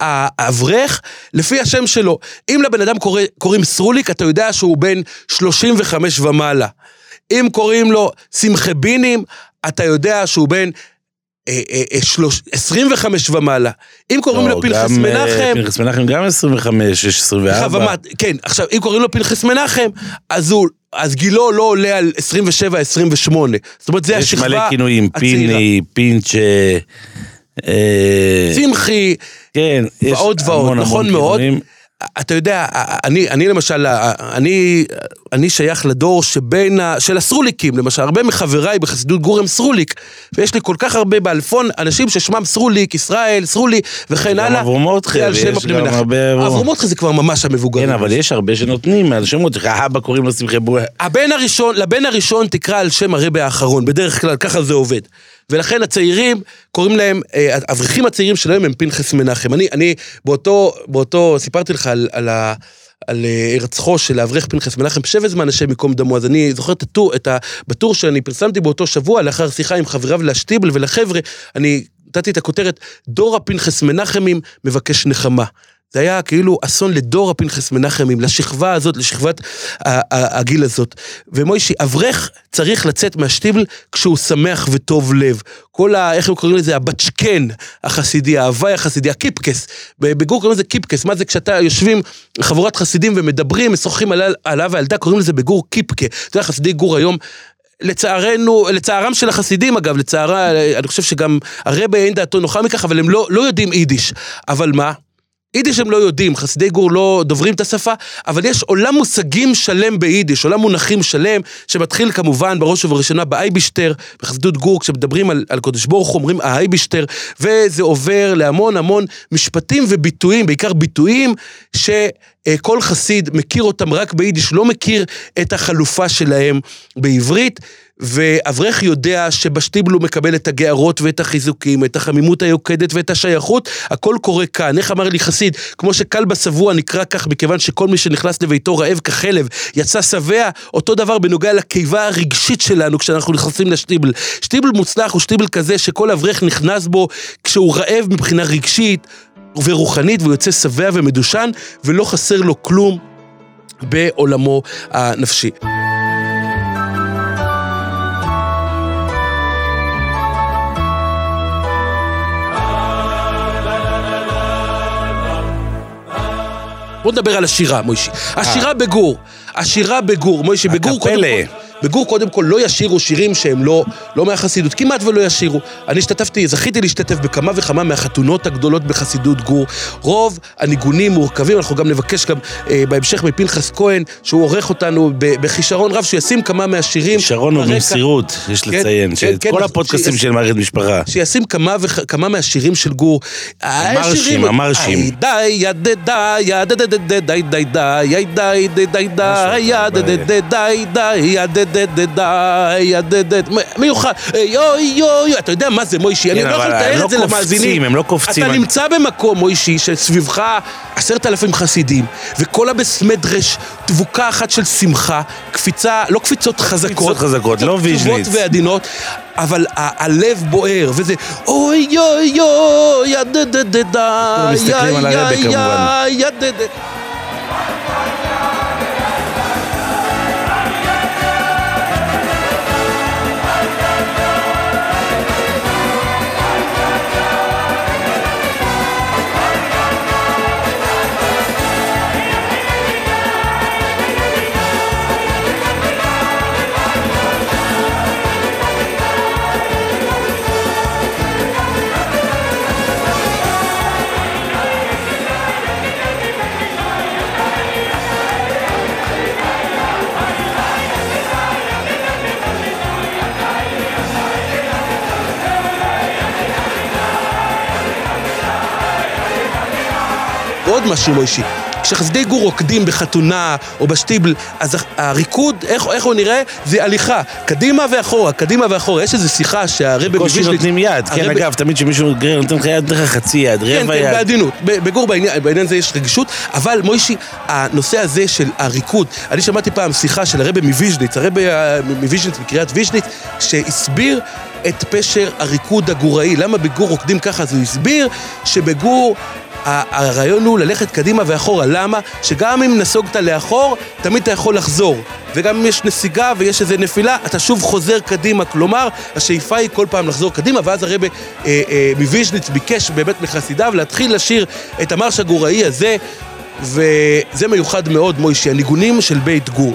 האברך לפי השם שלו. אם לבן אדם קוראים סרוליק, אתה יודע שהוא בן שלושים וחמש ומעלה. אם קוראים לו שמחה בינים, אתה יודע שהוא בן עשרים וחמש ומעלה. אם קוראים לו פנחס מנחם... פנחס מנחם גם עשרים וחמש, עשרים וארבע. כן, עכשיו, אם קוראים לו פנחס מנחם, אז הוא... אז גילו לא עולה על עשרים ושבע עשרים ושמונה. זאת אומרת, זה השכבה הצעירה. יש מלא כינויים, פיני, פינצ'ה... שמחי, כן, ועוד ועוד, נכון מאוד. אתה יודע, אני, אני למשל, אני, אני שייך לדור שבין, של הסרוליקים, למשל, הרבה מחבריי בחסידות גור הם סרוליק, ויש לי כל כך הרבה באלפון אנשים ששמם סרוליק, ישראל, סרולי, וכן הלאה. גם אברומותך, יש גם הרבה... אברומותך זה כבר ממש המבוגרים. כן, אבל יש הרבה שנותנים, על שמות, האבא קוראים לו שמחה בו... הבן הראשון, לבן הראשון תקרא על שם הרבי האחרון, בדרך כלל, ככה זה עובד. ולכן הצעירים, קוראים להם, האברכים הצעירים שלהם הם פנחס מנחם. אני, אני באותו, באותו, סיפרתי לך על, על ה... על הרצחו של האברך פנחס מנחם שבז זמן השם מקום דמו, אז אני זוכר את הטור, את בטור שאני פרסמתי באותו שבוע, לאחר שיחה עם חבריו להשטיבל ולחבר'ה, אני נתתי את הכותרת, דור הפנחס מנחמים מבקש נחמה. זה היה כאילו אסון לדור הפנחס מנחמים, לשכבה הזאת, לשכבת הגיל הזאת. ומוישי, אברך צריך לצאת מהשטיבל כשהוא שמח וטוב לב. כל ה... איך הם קוראים לזה? הבצ'קן החסידי, ההווי החסידי, הקיפקס. בגור קוראים לזה קיפקס. מה זה כשאתה יושבים חבורת חסידים ומדברים, משוחחים עליו ועלדה, קוראים לזה בגור קיפקה. זה היה חסידי גור היום. לצערנו, לצערם של החסידים אגב, לצערה, אני חושב שגם הרבה אין דעתו נוחה מכך, אבל הם לא, לא יודעים יידיש. אבל מה? יידיש הם לא יודעים, חסידי גור לא דוברים את השפה, אבל יש עולם מושגים שלם ביידיש, עולם מונחים שלם, שמתחיל כמובן בראש ובראשונה באייבישטר, בחסידות גור, כשמדברים על, על קודש ברוך הוא, אומרים האייבישטר, וזה עובר להמון המון משפטים וביטויים, בעיקר ביטויים שכל חסיד מכיר אותם רק ביידיש, לא מכיר את החלופה שלהם בעברית, ואברך יודע שבשטיבל הוא מקבל את הגערות ואת החיזוקים, את החמימות היוקדת ואת השייכות, הכל קורה כאן. איך אמר לי חסיד, כמו שקל בסבוע נקרא כך, מכיוון שכל מי שנכנס לביתו רעב כחלב, יצא שבע, אותו דבר בנוגע לקיבה הרגשית שלנו, כשאנחנו נכנסים לשטיבל. שטיבל מוצלח הוא שטיבל כזה שכל אברך נכנס בו, כשהוא רעב מבחינה רגשית ורוחנית, והוא יוצא שבע ומדושן, ולא חסר לו כלום בעולמו הנפשי. בוא נדבר על השירה, מוישי. השירה בגור. השירה בגור, מוישי, בגור קודם כל... בגור קודם כל לא ישירו שירים שהם לא, לא מהחסידות, כמעט ולא ישירו. אני השתתפתי, זכיתי להשתתף בכמה וכמה מהחתונות הגדולות בחסידות גור. רוב הניגונים מורכבים, אנחנו גם נבקש גם אה, בהמשך מפנחס כהן, שהוא עורך אותנו בכישרון רב, שישים כמה מהשירים. כישרון ובמסירות, יש כן, לציין, כן, שאת כן, כל כן, הפודקאסים של מערכת משפחה. שישים כמה וכמה מהשירים של גור. המרשים, המרשים. די, ידי, די, ידי, די, די, די, די, די, ידי, די, די, די, ידי, די, די, די, ידי, מיוחד, יוי יוי, אתה יודע מה זה מוישי, אני לא יכול לתאר את זה למאזינים, הם לא קופצים, אתה נמצא במקום מוישי שסביבך עשרת אלפים חסידים, וכל הבסמדרש דבוקה אחת של שמחה, קפיצה, לא קפיצות חזקות, חזקות, לא ויז'ניץ, ועדינות, אבל הלב בוער, וזה אוי יוי יוי, ידדדדה, מסתכלים על הרבה כמובן, ידדדדה. עוד משהו מוישי, כשחסידי גור רוקדים בחתונה או בשטיבל, אז הריקוד, איך, איך הוא נראה? זה הליכה, קדימה ואחורה, קדימה ואחורה. יש איזו שיחה שהרבא מביש... נותנים יד, כן אגב, תמיד שמישהו גרר נותן לך יד, נותן לך חצי יד, רבע יד. כן, כן, בעדינות. בגור בעניין זה יש רגישות, אבל מוישי, הנושא הזה של הריקוד, אני שמעתי פעם שיחה של הרבא מוויז'ניץ, הרבא מוויז'ניץ בקריאת ויז'ניץ, שהסביר את פשר הריקוד הגוראי. למה בגור רוקדים ככה? אז הוא הסביר שבגור הרעיון הוא ללכת קדימה ואחורה. למה? שגם אם נסוגת לאחור, תמיד אתה יכול לחזור. וגם אם יש נסיגה ויש איזו נפילה, אתה שוב חוזר קדימה. כלומר, השאיפה היא כל פעם לחזור קדימה, ואז הרב אה, אה, מוויז'ניץ ביקש באמת מחסידיו להתחיל לשיר את המרש הגוראי הזה, וזה מיוחד מאוד, מוישי, הניגונים של בית גור.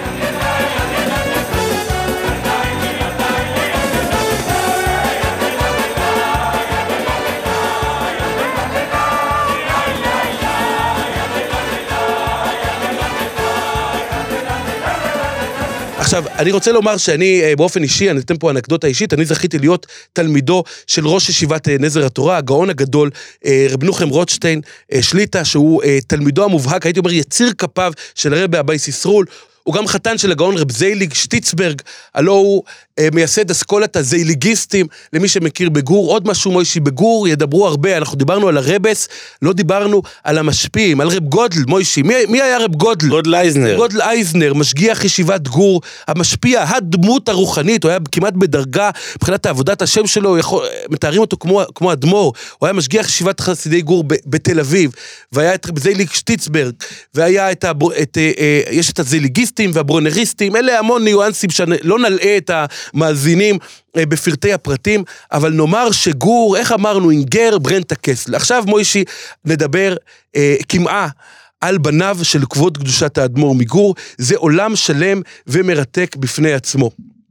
עכשיו, אני רוצה לומר שאני באופן אישי, אני אתן פה אנקדוטה אישית, אני זכיתי להיות תלמידו של ראש ישיבת נזר התורה, הגאון הגדול, רב נוחם רוטשטיין שליטה, שהוא תלמידו המובהק, הייתי אומר יציר כפיו של הרב אבייס ישרול, הוא גם חתן של הגאון רב זייליג שטיצברג, הלא הוא מייסד אסכולת הזייליגיסטים, למי שמכיר בגור, עוד משהו מוישי בגור, ידברו הרבה, אנחנו דיברנו על הרבס, לא דיברנו על המשפיעים, על רב גודל, מוישי, מי, מי היה רב גודל? גודל אייזנר. גודל אייזנר, משגיח ישיבת גור, המשפיע, הדמות הרוחנית, הוא היה כמעט בדרגה, מבחינת העבודת השם שלו, יכול, מתארים אותו כמו, כמו אדמו"ר, הוא היה משגיח ישיבת חסידי גור ב, בתל אביב, והיה את זייליג שטיצברג, והיה את, הבר, את, אה, יש את הזייליגיסטים והברונריסטים, אלה המון ניואנסים שלא נלאה את המאזינים אה, בפרטי הפרטים, אבל נאמר שגור, איך אמרנו, אינגר ברנטה קסל. עכשיו מוישי נדבר אה, כמעה, על בניו של כבוד קדושת האדמו"ר מגור, זה עולם שלם ומרתק בפני עצמו.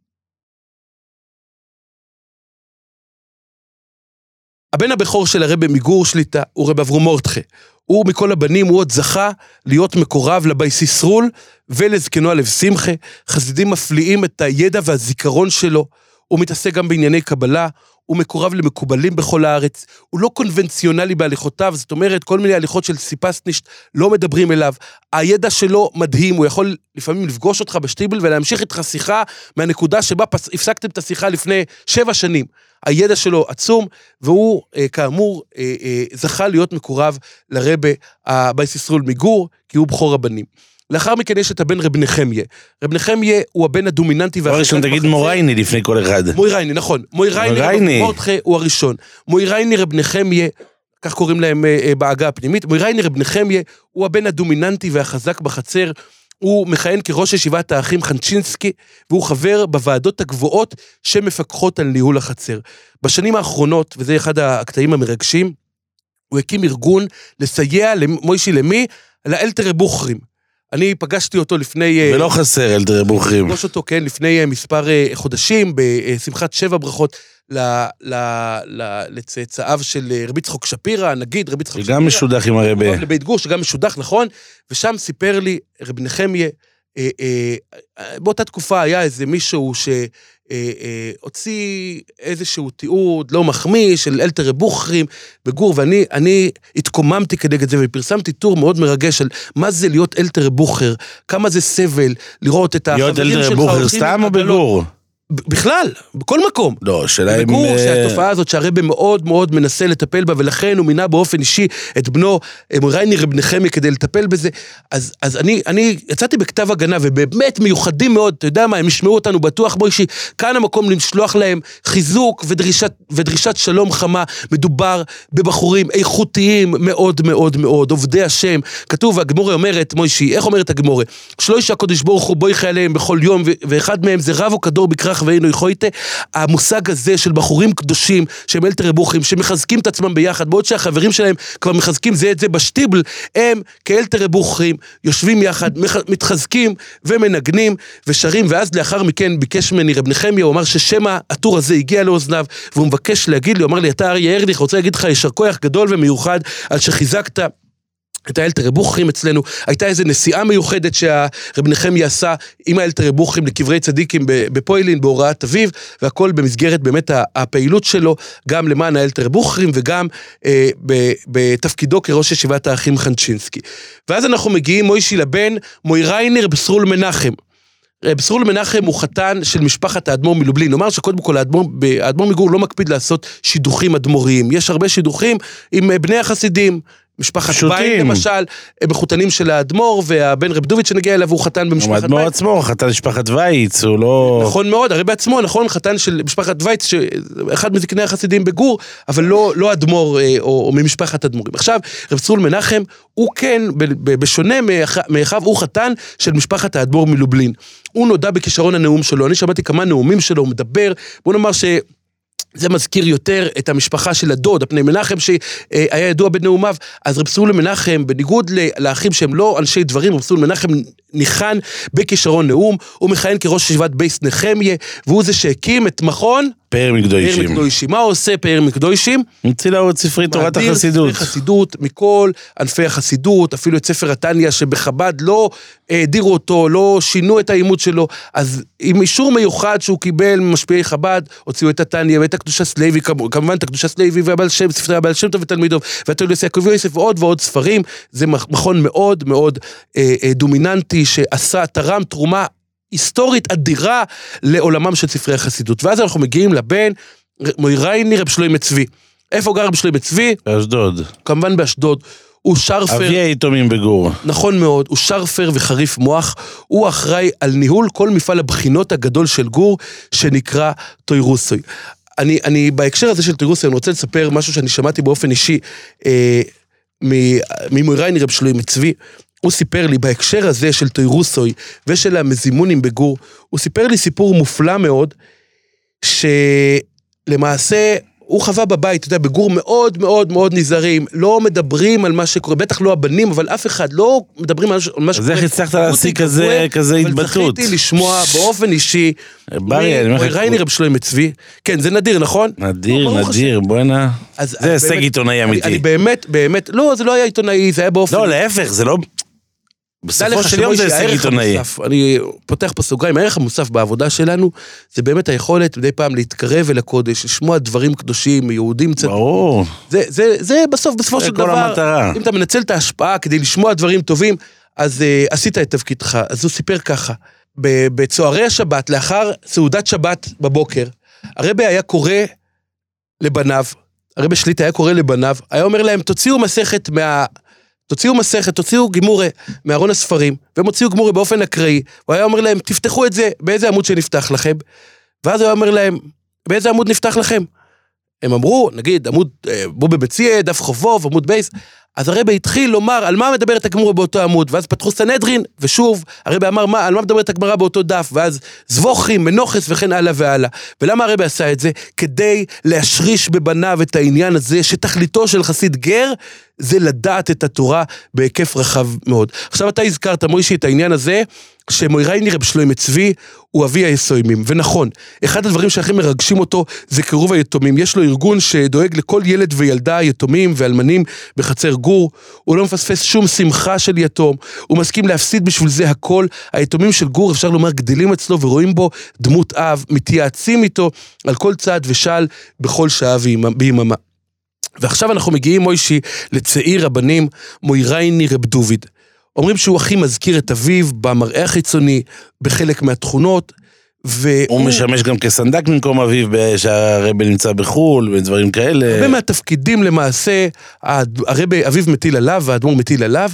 הבן הבכור של הרב מגור שליטה הוא רב אברום מורדכי. הוא מכל הבנים, הוא עוד זכה להיות מקורב לבי סיסרול ולזקנו הלב שמחה. חסידים מפליאים את הידע והזיכרון שלו. הוא מתעסק גם בענייני קבלה, הוא מקורב למקובלים בכל הארץ, הוא לא קונבנציונלי בהליכותיו, זאת אומרת, כל מיני הליכות של סיפסנישט לא מדברים אליו, הידע שלו מדהים, הוא יכול לפעמים לפגוש אותך בשטיבל ולהמשיך איתך שיחה מהנקודה שבה פס, הפסקתם את השיחה לפני שבע שנים, הידע שלו עצום, והוא אה, כאמור אה, אה, זכה להיות מקורב לרבה הבי סיסרול מגור, כי הוא בכור הבנים. לאחר מכן יש את הבן רב נחמיה. רב נחמיה הוא הבן הדומיננטי והחזק. הראשון תגיד מורייני לפני כל אחד. מוירייני, נכון. מוירייני רב מורדכי הוא הראשון. מוירייני רב נחמיה, כך קוראים להם בעגה הפנימית, מוירייני רב נחמיה הוא הבן הדומיננטי והחזק בחצר, הוא מכהן כראש ישיבת האחים חנצ'ינסקי, והוא חבר בוועדות הגבוהות שמפקחות על ניהול החצר. בשנים האחרונות, וזה אחד הקטעים המרגשים, הוא הקים ארגון לסייע למוישי למי? לאלתר בוכרים. אני פגשתי אותו לפני... ולא חסר אלתר בוכרים. פגש אותו, כן, לפני מספר חודשים, בשמחת שבע ברכות לצאצאיו של רבי יצחק שפירא, נגיד רבי יצחק שפירא. שגם משודח עם הרבה. לבית גור, שגם משודח, נכון, ושם סיפר לי רב נחמיה, באותה תקופה היה איזה מישהו ש... הוציא איזשהו תיעוד לא מחמיא של אלתר בוכרים בגור, ואני אני התקוממתי כנגד זה, ופרסמתי טור מאוד מרגש על מה זה להיות אלתר בוכר, כמה זה סבל, לראות את החברים שלך. להיות אלתר בוכר סתם או בגור? בכלל, בכל מקום. לא, שאלה אם... בגור שהתופעה הזאת שהרבא מאוד מאוד מנסה לטפל בה, ולכן הוא מינה באופן אישי את בנו, מורייני רב נחמיה, כדי לטפל בזה. אז, אז אני, אני יצאתי בכתב הגנה, ובאמת מיוחדים מאוד, אתה יודע מה, הם ישמעו אותנו בטוח, מוישי, כאן המקום לשלוח להם חיזוק ודרישת, ודרישת שלום חמה, מדובר בבחורים איכותיים מאוד מאוד מאוד, עובדי השם. כתוב, הגמורה אומרת, מוישי, איך אומרת הגמורה? שלושה הקדוש ברוך הוא בוי חייליהם בכל יום, ואחד מהם זה רב וקדור בקרח ואינו יכויתה. המושג הזה של בחורים קדושים, שהם אלתר בוכרים, שמחזקים את עצמם ביחד, בעוד שהחברים שלהם כבר מחזקים זה את זה בשטיבל, הם כאלתר בוכרים, יושבים יחד, מתחזקים ומנגנים ושרים, ואז לאחר מכן ביקש ממני רב נחמיה, הוא אמר ששמה הטור הזה הגיע לאוזניו, והוא מבקש להגיד לי, הוא אמר לי, אתה אריה ארליך, רוצה להגיד לך, ישר כוח גדול ומיוחד, על שחיזקת את האלתר בוכרים אצלנו. הייתה איזו נסיעה מיוחדת שהרב נחמיה עשה עם האלתר בוכרים לקברי צדיקים בפוילין, בהוראת אביו, והכל במסגרת באמת הפעילות שלו, גם למען האלתר בוכרים, וגם אה, בתפקידו כראש ישיבת האחים חנצ'ינסקי. ואז אנחנו מגיעים, מוישי לבן, מוירייני רב סרול מנחם. רב סרול מנחם הוא חתן של משפחת האדמו"ר מלובלין. נאמר שקודם כל האדמו"ר מגור לא מקפיד לעשות שידוכים אדמו"ריים. יש הרבה שידוכים עם בני החסידים, משפחת בית למשל, מחותנים של האדמו"ר, והבן רב דוביץ' שנגיע אליו הוא חתן במשפחת בית. האדמו"ר עצמו, חתן משפחת וייץ, הוא לא... נכון מאוד, הרי בעצמו, נכון, חתן של משפחת וייץ, אחד מזקני החסידים בגור, אבל לא, לא אדמו"ר או, או ממשפחת אדמו"רים. עכשיו, רב סרול מנחם, הוא כן, בשונה מאחיו, הוא חתן של משפחת האדמו"ר מלובלין. הוא נודע בכישרון הנאום שלו, אני שמעתי כמה נאומים שלו, הוא מדבר, בוא נאמר ש... זה מזכיר יותר את המשפחה של הדוד, הפני מנחם שהיה ידוע בנאומיו. אז רב סרול מנחם, בניגוד לאחים שהם לא אנשי דברים, רב סרול מנחם ניחן בכישרון נאום, הוא מכהן כראש ישיבת בייס נחמיה, והוא זה שהקים את מכון פאר מקדוישים. מה עושה פאר מקדוישים? מוציא לה עוד ספרי תורת החסידות. ספרי חסידות מכל ענפי החסידות, אפילו את ספר התניא שבחב"ד לא הדירו אותו, לא שינו את האימות שלו, אז עם אישור מיוחד שהוא קיבל ממשפיעי חב"ד, הוציאו את התניא ואת הקדושה סלוי, כמובן את הקדושה סלוי והבעל שם, ספרי הבעל שם טוב ותלמידו, והתלמידו יעקב יוסף ועוד ועוד ספרים. זה מכון מאוד מאוד אה, אה, דומיננטי שעשה, תרם תרומה היסטורית אדירה לעולמם של ספרי החסידות. ואז אנחנו מגיעים לבן, מוירייני רב שלמה צבי. איפה גר רב שלמה צבי? באשדוד. כמובן באשדוד. הוא שרפר. אבי היתומים בגור. נכון מאוד, הוא שרפר וחריף מוח, הוא אחראי על ניהול כל מפעל הבחינות הגדול של גור, שנקרא טוירוסוי. אני, אני בהקשר הזה של טוירוסוי, אני רוצה לספר משהו שאני שמעתי באופן אישי, אה, ממוירייני רב שלמה צבי, הוא סיפר לי בהקשר הזה של טוירוסוי, ושל המזימונים בגור, הוא סיפר לי סיפור מופלא מאוד, שלמעשה, הוא חווה בבית, אתה יודע, בגור מאוד מאוד מאוד נזהרים, לא מדברים על מה שקורה, בטח לא הבנים, אבל אף אחד לא מדברים על מה שקורה. אז איך הצלחת להשיג כזה, כזה התבטאות? אבל זכיתי לשמוע באופן אישי, מוירייני רב שלמה צבי, כן, זה נדיר, נכון? נדיר, נדיר, בוא הנה. זה הישג עיתונאי אמיתי. אני באמת, באמת, לא, זה לא היה עיתונאי, זה היה באופן... לא, להפך, זה לא... בסופו של יום זה הישג עיתונאי. אני פותח פה סוגריים, הערך המוסף בעבודה שלנו, זה באמת היכולת מדי פעם להתקרב אל הקודש, לשמוע דברים קדושים, יהודים צדיקים. ברור. זה, זה, זה בסוף, בסופו של דבר, המטרה. אם אתה מנצל את ההשפעה כדי לשמוע דברים טובים, אז uh, עשית את תפקידך. אז הוא סיפר ככה, בצוערי השבת, לאחר סעודת שבת בבוקר, הרבי היה קורא לבניו, הרבי שליט היה קורא לבניו, היה אומר להם, תוציאו מסכת מה... תוציאו מסכת, תוציאו גימורה מארון הספרים, והם הוציאו גימורה באופן אקראי, הוא היה אומר להם, תפתחו את זה, באיזה עמוד שנפתח לכם, ואז הוא היה אומר להם, באיזה עמוד נפתח לכם? הם אמרו, נגיד, עמוד בובה בצייה, דף חובוב, עמוד בייס, אז הרבי התחיל לומר, על מה מדברת הגמורה באותו עמוד, ואז פתחו סנהדרין, ושוב, הרבי אמר, מה, על מה מדברת הגמרא באותו דף, ואז זבוכים, מנוחס וכן הלאה והלאה. ולמה הרבי עשה את זה? כדי להשריש בבניו את העניין הזה, שתכליתו של חסיד גר, זה לדעת את התורה בהיקף רחב מאוד. עכשיו אתה הזכרת, מוישי, את העניין הזה, שמוירייני רב שלמה צבי הוא אבי היסוימים, ונכון, אחד הדברים שהכי מרגשים אותו זה קירוב היתומים, יש לו ארגון שדואג לכל ילד וילדה, יתומים ואלמנים בחצר גור, הוא לא מפספס שום שמחה של יתום, הוא מסכים להפסיד בשביל זה הכל, היתומים של גור אפשר לומר גדלים אצלו ורואים בו דמות אב, מתייעצים איתו על כל צעד ושל בכל שעה ביממה. ועכשיו אנחנו מגיעים מוישי לצעיר הבנים מוירייני רב דוד, אומרים שהוא הכי מזכיר את אביו במראה החיצוני, בחלק מהתכונות, הוא משמש גם כסנדק במקום אביו, שהרבי נמצא בחול ודברים כאלה. הרבה מהתפקידים למעשה, הרבי אביו מטיל עליו, והאדמו"ר מטיל עליו,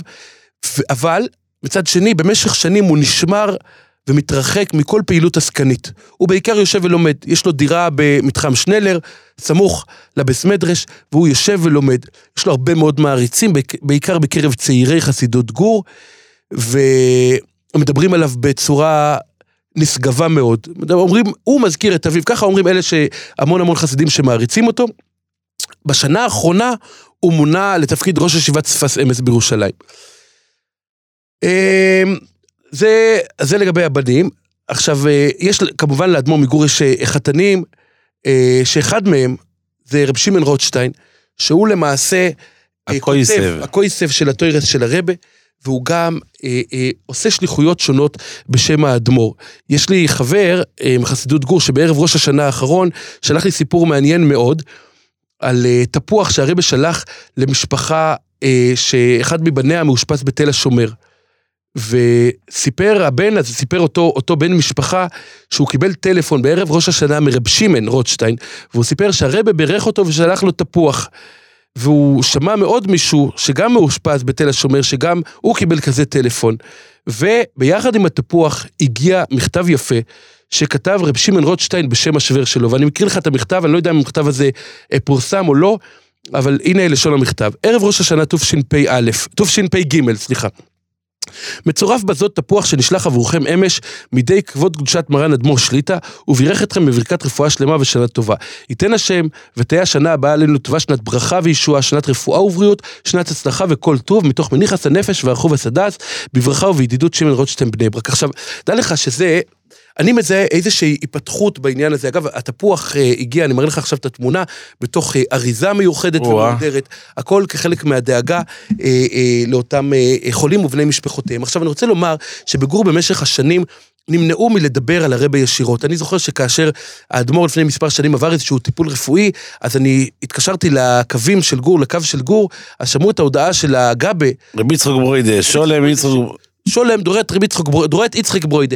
אבל מצד שני, במשך שנים הוא נשמר ומתרחק מכל פעילות עסקנית. הוא בעיקר יושב ולומד, יש לו דירה במתחם שנלר, סמוך לבס מדרש, והוא יושב ולומד. יש לו הרבה מאוד מעריצים, בעיקר בקרב צעירי חסידות גור, ומדברים עליו בצורה נשגבה מאוד. אומרים, הוא מזכיר את אביו, ככה אומרים אלה שהמון המון חסידים שמעריצים אותו. בשנה האחרונה הוא מונה לתפקיד ראש ישיבת שפת אמס בירושלים. זה, זה לגבי הבנים. עכשיו, יש כמובן לאדמו"ר מגור יש חתנים, שאחד מהם זה רב שמעון רוטשטיין, שהוא למעשה הקויסב, הקויסב של התוירס של הרבי, והוא גם אה, אה, עושה שליחויות שונות בשם האדמו"ר. יש לי חבר אה, מחסידות גור, שבערב ראש השנה האחרון, שלח לי סיפור מעניין מאוד, על אה, תפוח שהרבי שלח למשפחה, אה, שאחד מבניה מאושפז בתל השומר. וסיפר הבן, אז סיפר אותו, אותו בן משפחה, שהוא קיבל טלפון בערב ראש השנה מרב שמעון רוטשטיין, והוא סיפר שהרבי בירך אותו ושלח לו תפוח, והוא שמע מאוד מישהו שגם מאושפז בתל השומר, שגם הוא קיבל כזה טלפון, וביחד עם התפוח הגיע מכתב יפה, שכתב רב שמעון רוטשטיין בשם השוור שלו, ואני מכיר לך את המכתב, אני לא יודע אם המכתב הזה פורסם או לא, אבל הנה לשון המכתב. ערב ראש השנה תשפ"א, תשפ"ג, סליחה. מצורף בזאת תפוח שנשלח עבורכם אמש מידי כבוד קדושת מרן אדמו"ר שליטה, ובירך אתכם בברכת רפואה שלמה ושנה טובה. ייתן השם ותהיה השנה הבאה עלינו טובה, שנת ברכה וישועה, שנת רפואה ובריאות, שנת הצלחה וכל טוב, מתוך מניחס הנפש והרחוב הסדס, בברכה ובידידות שמעון רוטשטיין בני ברק. עכשיו, דע לך שזה, אני מזהה איזושהי היפתחות בעניין הזה. אגב, התפוח אה, הגיע, אני מראה לך עכשיו את התמונה, בתוך אה, אריזה מיוחדת ומודרת, הכל כחלק מהדאגה אה, אה, לאותם אה, חולים ובני משפחותיהם. עכשיו, אני רוצה לומר שבגור במשך השנים, נמנעו מלדבר על הרבי ישירות. אני זוכר שכאשר האדמו"ר לפני מספר שנים עבר איזשהו טיפול רפואי, אז אני התקשרתי לקווים של גור, לקו של גור, אז שמעו את ההודעה של הגבה. רבי יצחק ברוידה, שולם יצחק... שולם, דורת רבי יצחק ברוידה, דורת יצחק ברוידה.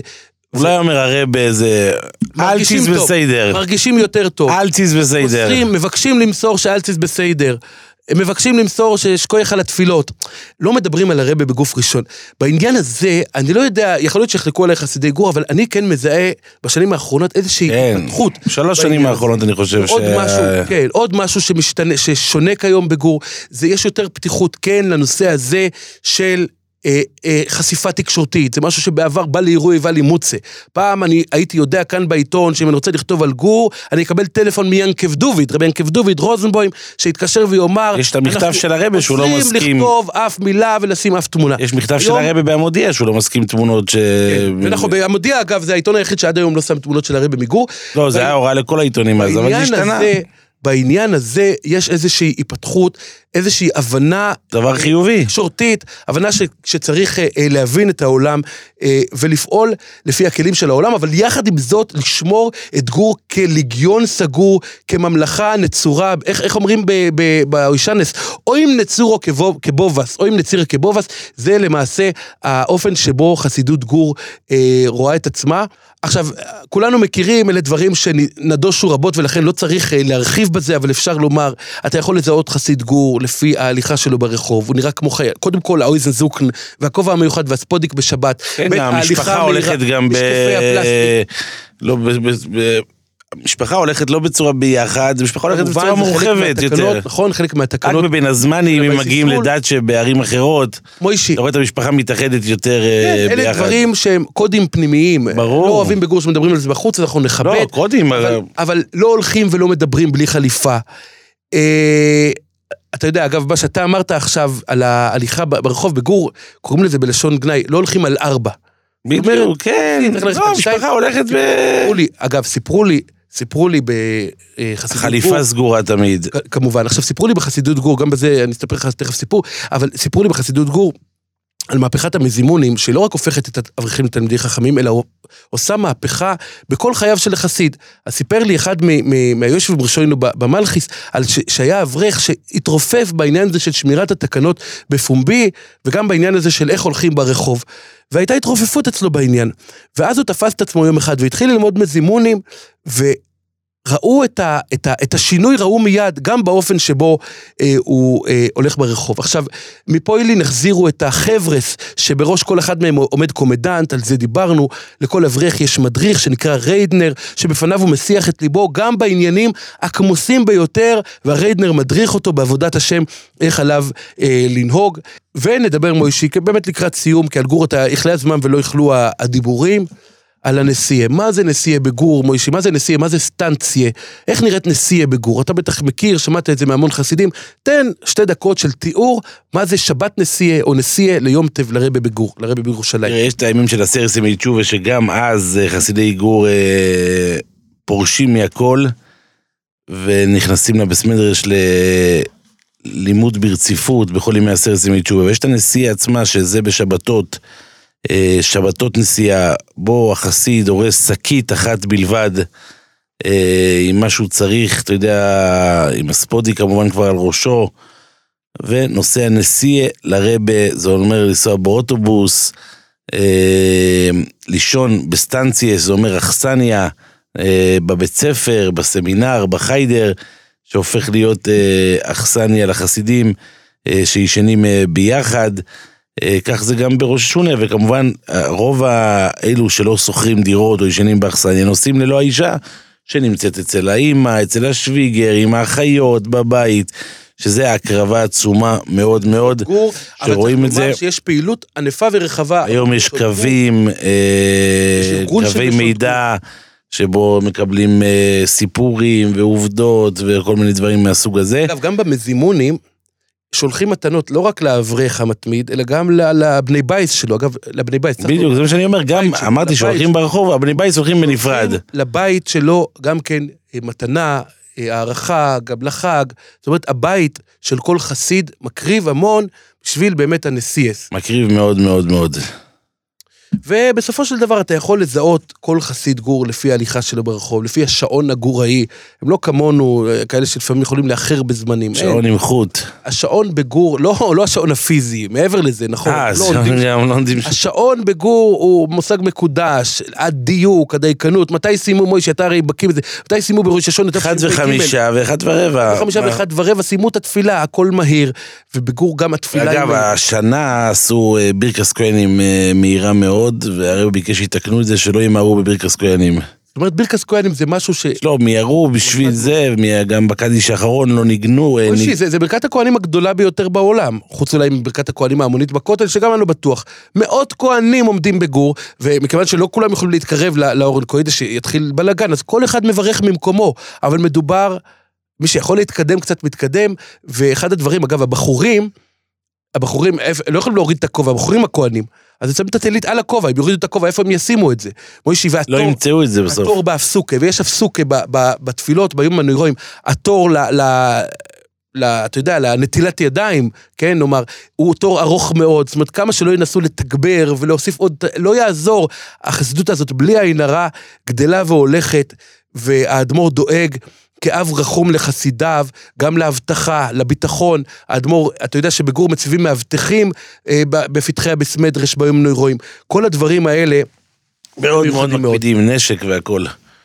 אולי אומר הרי באיזה... אלציס בסיידר. מרגישים יותר טוב. אלציס בסיידר. מבקשים למסור שאלציס בסיידר. הם מבקשים למסור ששכוח על התפילות. לא מדברים על הרבה בגוף ראשון. בעניין הזה, אני לא יודע, יכול להיות שיחלקו עליי חסידי גור, אבל אני כן מזהה בשנים האחרונות איזושהי התפתחות. שלוש שנים האחרונות אני חושב ש... עוד משהו, כן, עוד משהו שמשתנה, ששונה כיום בגור, זה יש יותר פתיחות, כן, לנושא הזה של... אה, אה, חשיפה תקשורתית, זה משהו שבעבר בא לאירועי ובא לימוצה. פעם אני הייתי יודע כאן בעיתון, שאם אני רוצה לכתוב על גור, אני אקבל טלפון מיינקב דוביד, רבי ינקב דוביד, רוזנבוים, שיתקשר ויאמר, יש את המכתב של הרבה שהוא לא מסכים. רוצים לכתוב אף מילה ולשים אף תמונה. יש מכתב של הרבה בהמודיע שהוא לא מסכים תמונות ש... ואנחנו בהמודיע, אגב, זה העיתון היחיד שעד היום לא שם תמונות של הרבה מגור. לא, זה היה הוראה לכל העיתונים, אז אבל זה השתנה. בעניין הזה יש איזושהי היפתחות, איזושהי הבנה... דבר חיובי. שורתית, הבנה ש, שצריך אה, להבין את העולם אה, ולפעול לפי הכלים של העולם, אבל יחד עם זאת לשמור את גור כליגיון סגור, כממלכה נצורה, איך, איך אומרים באוישנס, או אם נצורו כבוב, כבובס, או אם נציר כבובס, זה למעשה האופן שבו חסידות גור אה, רואה את עצמה. עכשיו, כולנו מכירים, אלה דברים שנדושו רבות, ולכן לא צריך להרחיב בזה, אבל אפשר לומר, אתה יכול לזהות חסיד גור לפי ההליכה שלו ברחוב, הוא נראה כמו חייל, קודם כל, האויזן זוקן, והכובע המיוחד והספודיק בשבת. כן, המשפחה הולכת גם ב... לא, ב... המשפחה הולכת לא בצורה ביחד, המשפחה הולכת בצורה מורחבת יותר. נכון, חלק מהתקנות. רק בבין הזמנים, אם מגיעים לדת שבערים אחרות, מוישי. אתה רואה את המשפחה מתאחדת יותר ביחד. אלה דברים שהם קודים פנימיים. ברור. לא אוהבים בגור שמדברים על זה בחוץ, אנחנו נכבד. לא, קודים. אבל לא הולכים ולא מדברים בלי חליפה. אתה יודע, אגב, מה שאתה אמרת עכשיו על ההליכה ברחוב בגור, קוראים לזה בלשון גנאי, לא הולכים על ארבע. בדיוק, כן. לא, המשפחה הולכת ב... אגב, סיפרו לי, סיפרו לי בחסידות גור. חליפה סגורה תמיד. כמובן. עכשיו, סיפרו לי בחסידות גור, גם בזה אני אסתפר לך תכף סיפור, אבל סיפרו לי בחסידות גור, על מהפכת המזימונים, שלא רק הופכת את האברכים לתלמידי חכמים, אלא עושה מהפכה בכל חייו של החסיד. אז סיפר לי אחד מהיושב בראשינו במלכיס, על שהיה אברך שהתרופף בעניין הזה של שמירת התקנות בפומבי, וגם בעניין הזה של איך הולכים ברחוב. והייתה התרופפות אצלו בעניין. ואז הוא תפס את עצמו יום אחד, והתחיל ללמוד מזימונים, ו... ראו את, ה, את, ה, את השינוי, ראו מיד, גם באופן שבו אה, הוא אה, הולך ברחוב. עכשיו, מפה אלי נחזירו את החברס, שבראש כל אחד מהם עומד קומדנט, על זה דיברנו, לכל אברך יש מדריך שנקרא ריידנר, שבפניו הוא מסיח את ליבו, גם בעניינים הכמוסים ביותר, והריידנר מדריך אותו בעבודת השם, איך עליו אה, לנהוג. ונדבר מוישי, באמת לקראת סיום, כי על גור אתה יכלה הזמן ולא יכלו הדיבורים, על הנשיאה. מה זה נשיאה בגור, מוישי? מה זה נשיאה? מה זה סטנציה? איך נראית נשיאה בגור? אתה בטח מכיר, שמעת את זה מהמון חסידים. תן שתי דקות של תיאור, מה זה שבת נשיאה או נשיאה ליום טב לרבי בגור, לרבי בירושלים. יש את הימים של הסרס ימי תשובה, שגם אז חסידי גור אה, פורשים מהכל, ונכנסים לבסמדרש ללימוד ברציפות, בכל ימי הסרס ימי תשובה. ויש את הנשיאה עצמה, שזה בשבתות, שבתות נסיעה, בו החסיד הורס שקית אחת בלבד, עם מה שהוא צריך, אתה יודע, עם הספודי כמובן כבר על ראשו, ונוסע נסיעה לרבה, זה אומר לנסוע באוטובוס, לישון בסטנציה, זה אומר אכסניה, בבית ספר, בסמינר, בחיידר, שהופך להיות אכסניה לחסידים, שישנים ביחד, כך זה גם בראש השונה, וכמובן רוב האלו שלא שוכרים דירות או ישנים באכסניה, נוסעים ללא האישה שנמצאת אצל האמא, אצל השוויגר, עם האחיות בבית, שזה ההקרבה עצומה מאוד מאוד, גור, שרואים את זה. אבל צריך לומר שיש פעילות ענפה ורחבה. היום יש קווים, קווי מידע, שבו מקבלים סיפורים ועובדות וכל מיני דברים מהסוג הזה. אגב, גם במזימונים, שולחים מתנות לא רק לאברך המתמיד, אלא גם לבני בייס שלו, אגב, לבני בייס. בדיוק, זה מה שאני אומר, גם אמרתי שהולכים ברחוב, הבני בייס הולכים בנפרד. לבית שלו גם כן מתנה, הערכה, גם לחג, זאת אומרת, הבית של כל חסיד מקריב המון, בשביל באמת הנסיאס. מקריב מאוד מאוד מאוד. ובסופו של דבר אתה יכול לזהות כל חסיד גור לפי ההליכה שלו ברחוב, לפי השעון הגוראי, הם לא כמונו, כאלה שלפעמים יכולים לאחר בזמנים. שעון עם חוט. השעון בגור, לא, לא השעון הפיזי, מעבר לזה, נכון? אה, לא עונדים, לא עונדים. השעון בגור הוא מושג מקודש, הדיוק, הדייקנות, מתי סיימו מוישה, אתה הרי בקים בזה, מתי סיימו בראש השעון, אחד וחמישה ואחד ורבע. אחד וחמישה ואחד ורבע, סיימו את התפילה, הכל מהיר, ובגור גם התפילה... אגב, השנה עשו ברכת כהנים מהירה מאוד, והרי ביקש שיתקנו את זה שלא ימהרו בברכת כהנים. זאת אומרת, ברכת כהנים זה משהו ש... לא, מיהרו בשביל זה, גם בקדיש האחרון לא ניגנו. זה ברכת הכהנים הגדולה ביותר בעולם, חוץ אולי מברכת הכהנים ההמונית בכותל, שגם אני לא בטוח. מאות כהנים עומדים בגור, ומכיוון שלא כולם יכולים להתקרב לאורן קוידש שיתחיל בלגן, אז כל אחד מברך ממקומו, אבל מדובר, מי שיכול להתקדם קצת מתקדם, ואחד הדברים, אגב, הבחורים, הבחורים לא יכולים להוריד את הכובע, הבחורים הכהנים, אז יצאים את הטלית על הכובע, הם יורידו את הכובע, איפה הם ישימו את זה? מוישי, והתור, לא ימצאו את זה בסוף. התור באפסוקה, ויש אפסוקה בתפילות, ביום הנוירואים, התור ל, ל, ל, אתה יודע, לנטילת ידיים, כן, נאמר, הוא תור ארוך מאוד, זאת אומרת, כמה שלא ינסו לתגבר ולהוסיף עוד, לא יעזור, החסידות הזאת בלי העין הרע, גדלה והולכת, והאדמו"ר דואג, כאב רחום לחסידיו, גם להבטחה, לביטחון, האדמו"ר, אתה יודע שבגור מציבים מאבטחים אה, בפתחי הבסמדרש ביום נוירואים, כל הדברים האלה, מאוד מאוד מקפידים, נשק והכל.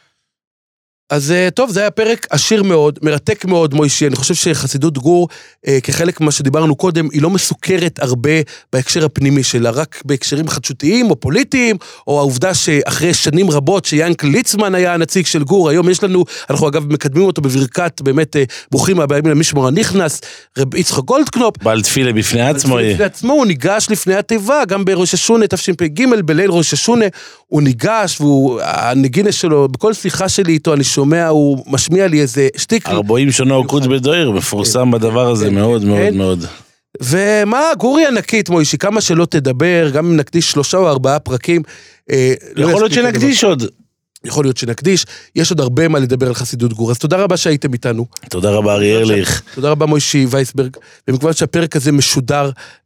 אז טוב, זה היה פרק עשיר מאוד, מרתק מאוד מוישי, אני חושב שחסידות גור, אה, כחלק ממה שדיברנו קודם, היא לא מסוכרת הרבה בהקשר הפנימי שלה, רק בהקשרים חדשותיים או פוליטיים, או העובדה שאחרי שנים רבות שיאנקל ליצמן היה הנציג של גור, היום יש לנו, אנחנו אגב מקדמים אותו בברכת, באמת אה, ברוכים הבאים למשמור הנכנס, רב יצחק גולדקנופ. בעל תפילה בפני עצמו. בעל תפילה עצמו, הוא ניגש לפני התיבה, גם בראש השונה, תשפ"ג, בליל ראש השונה, הוא ניגש, והנגינה שלו, בכל שיחה שלי איתו, אני שומע, הוא משמיע לי איזה שטיק. ארבעים שנה עוקות בדויר, מפורסם בדבר הזה מאוד מאוד מאוד. ומה, גורי ענקית, מוישי, כמה שלא תדבר, גם אם נקדיש שלושה או ארבעה פרקים. יכול להיות שנקדיש עוד. יכול להיות שנקדיש, יש עוד הרבה מה לדבר על חסידות גור, אז תודה רבה שהייתם איתנו. תודה רבה אריה ארליך. תודה רבה מוישי וייסברג, ומכיוון שהפרק הזה משודר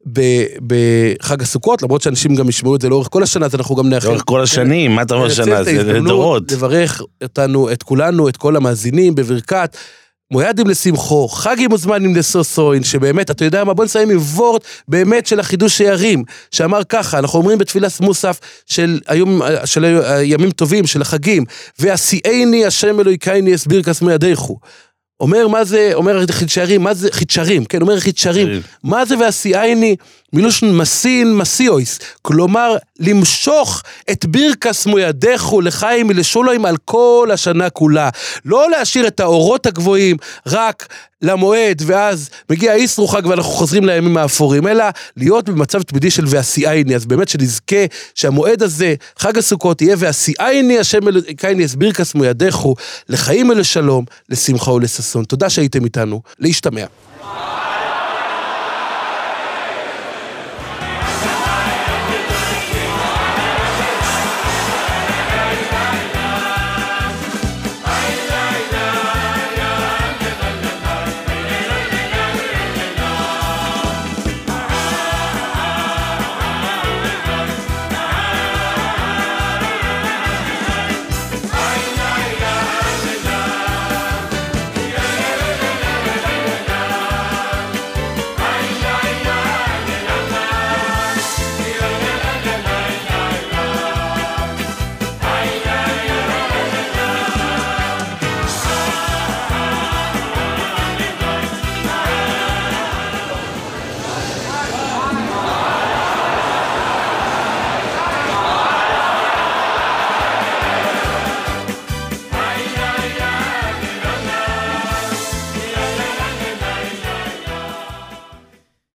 בחג הסוכות, למרות שאנשים גם ישמעו את זה לאורך כל השנה, אז אנחנו גם נאחר. לאורך כל השנים, מה אתה אומר שנה? זה לדורות. לברך אותנו, את כולנו, את כל המאזינים בברכת, מוידים לשמחו, חגים וזמנים לסוסוין, שבאמת, אתה יודע מה, בוא נסיים עם וורט באמת של החידוש שערים, שאמר ככה, אנחנו אומרים בתפילת מוסף של, היום, של הימים טובים, של החגים, ועשייני השם אלוהיקייני אסביר כסמי ידיכו. אומר מה זה, אומר חידשרים, מה זה, חידשרים, כן, אומר חידשרים, מה זה ועשייני, מילושן מסין מסיויס, כלומר, למשוך את בירקס מוידךו לחיים ולשולוים על כל השנה כולה, לא להשאיר את האורות הגבוהים, רק למועד, ואז מגיע איסרו חג ואנחנו חוזרים לימים האפורים, אלא להיות במצב תמידי של ועשייני, אז באמת שנזכה שהמועד הזה, חג הסוכות, יהיה ועשייני, השם אלוהיקייני בירקס מוידךו, לחיים ולשלום, לשמחה ולששון. תודה שהייתם איתנו, להשתמע.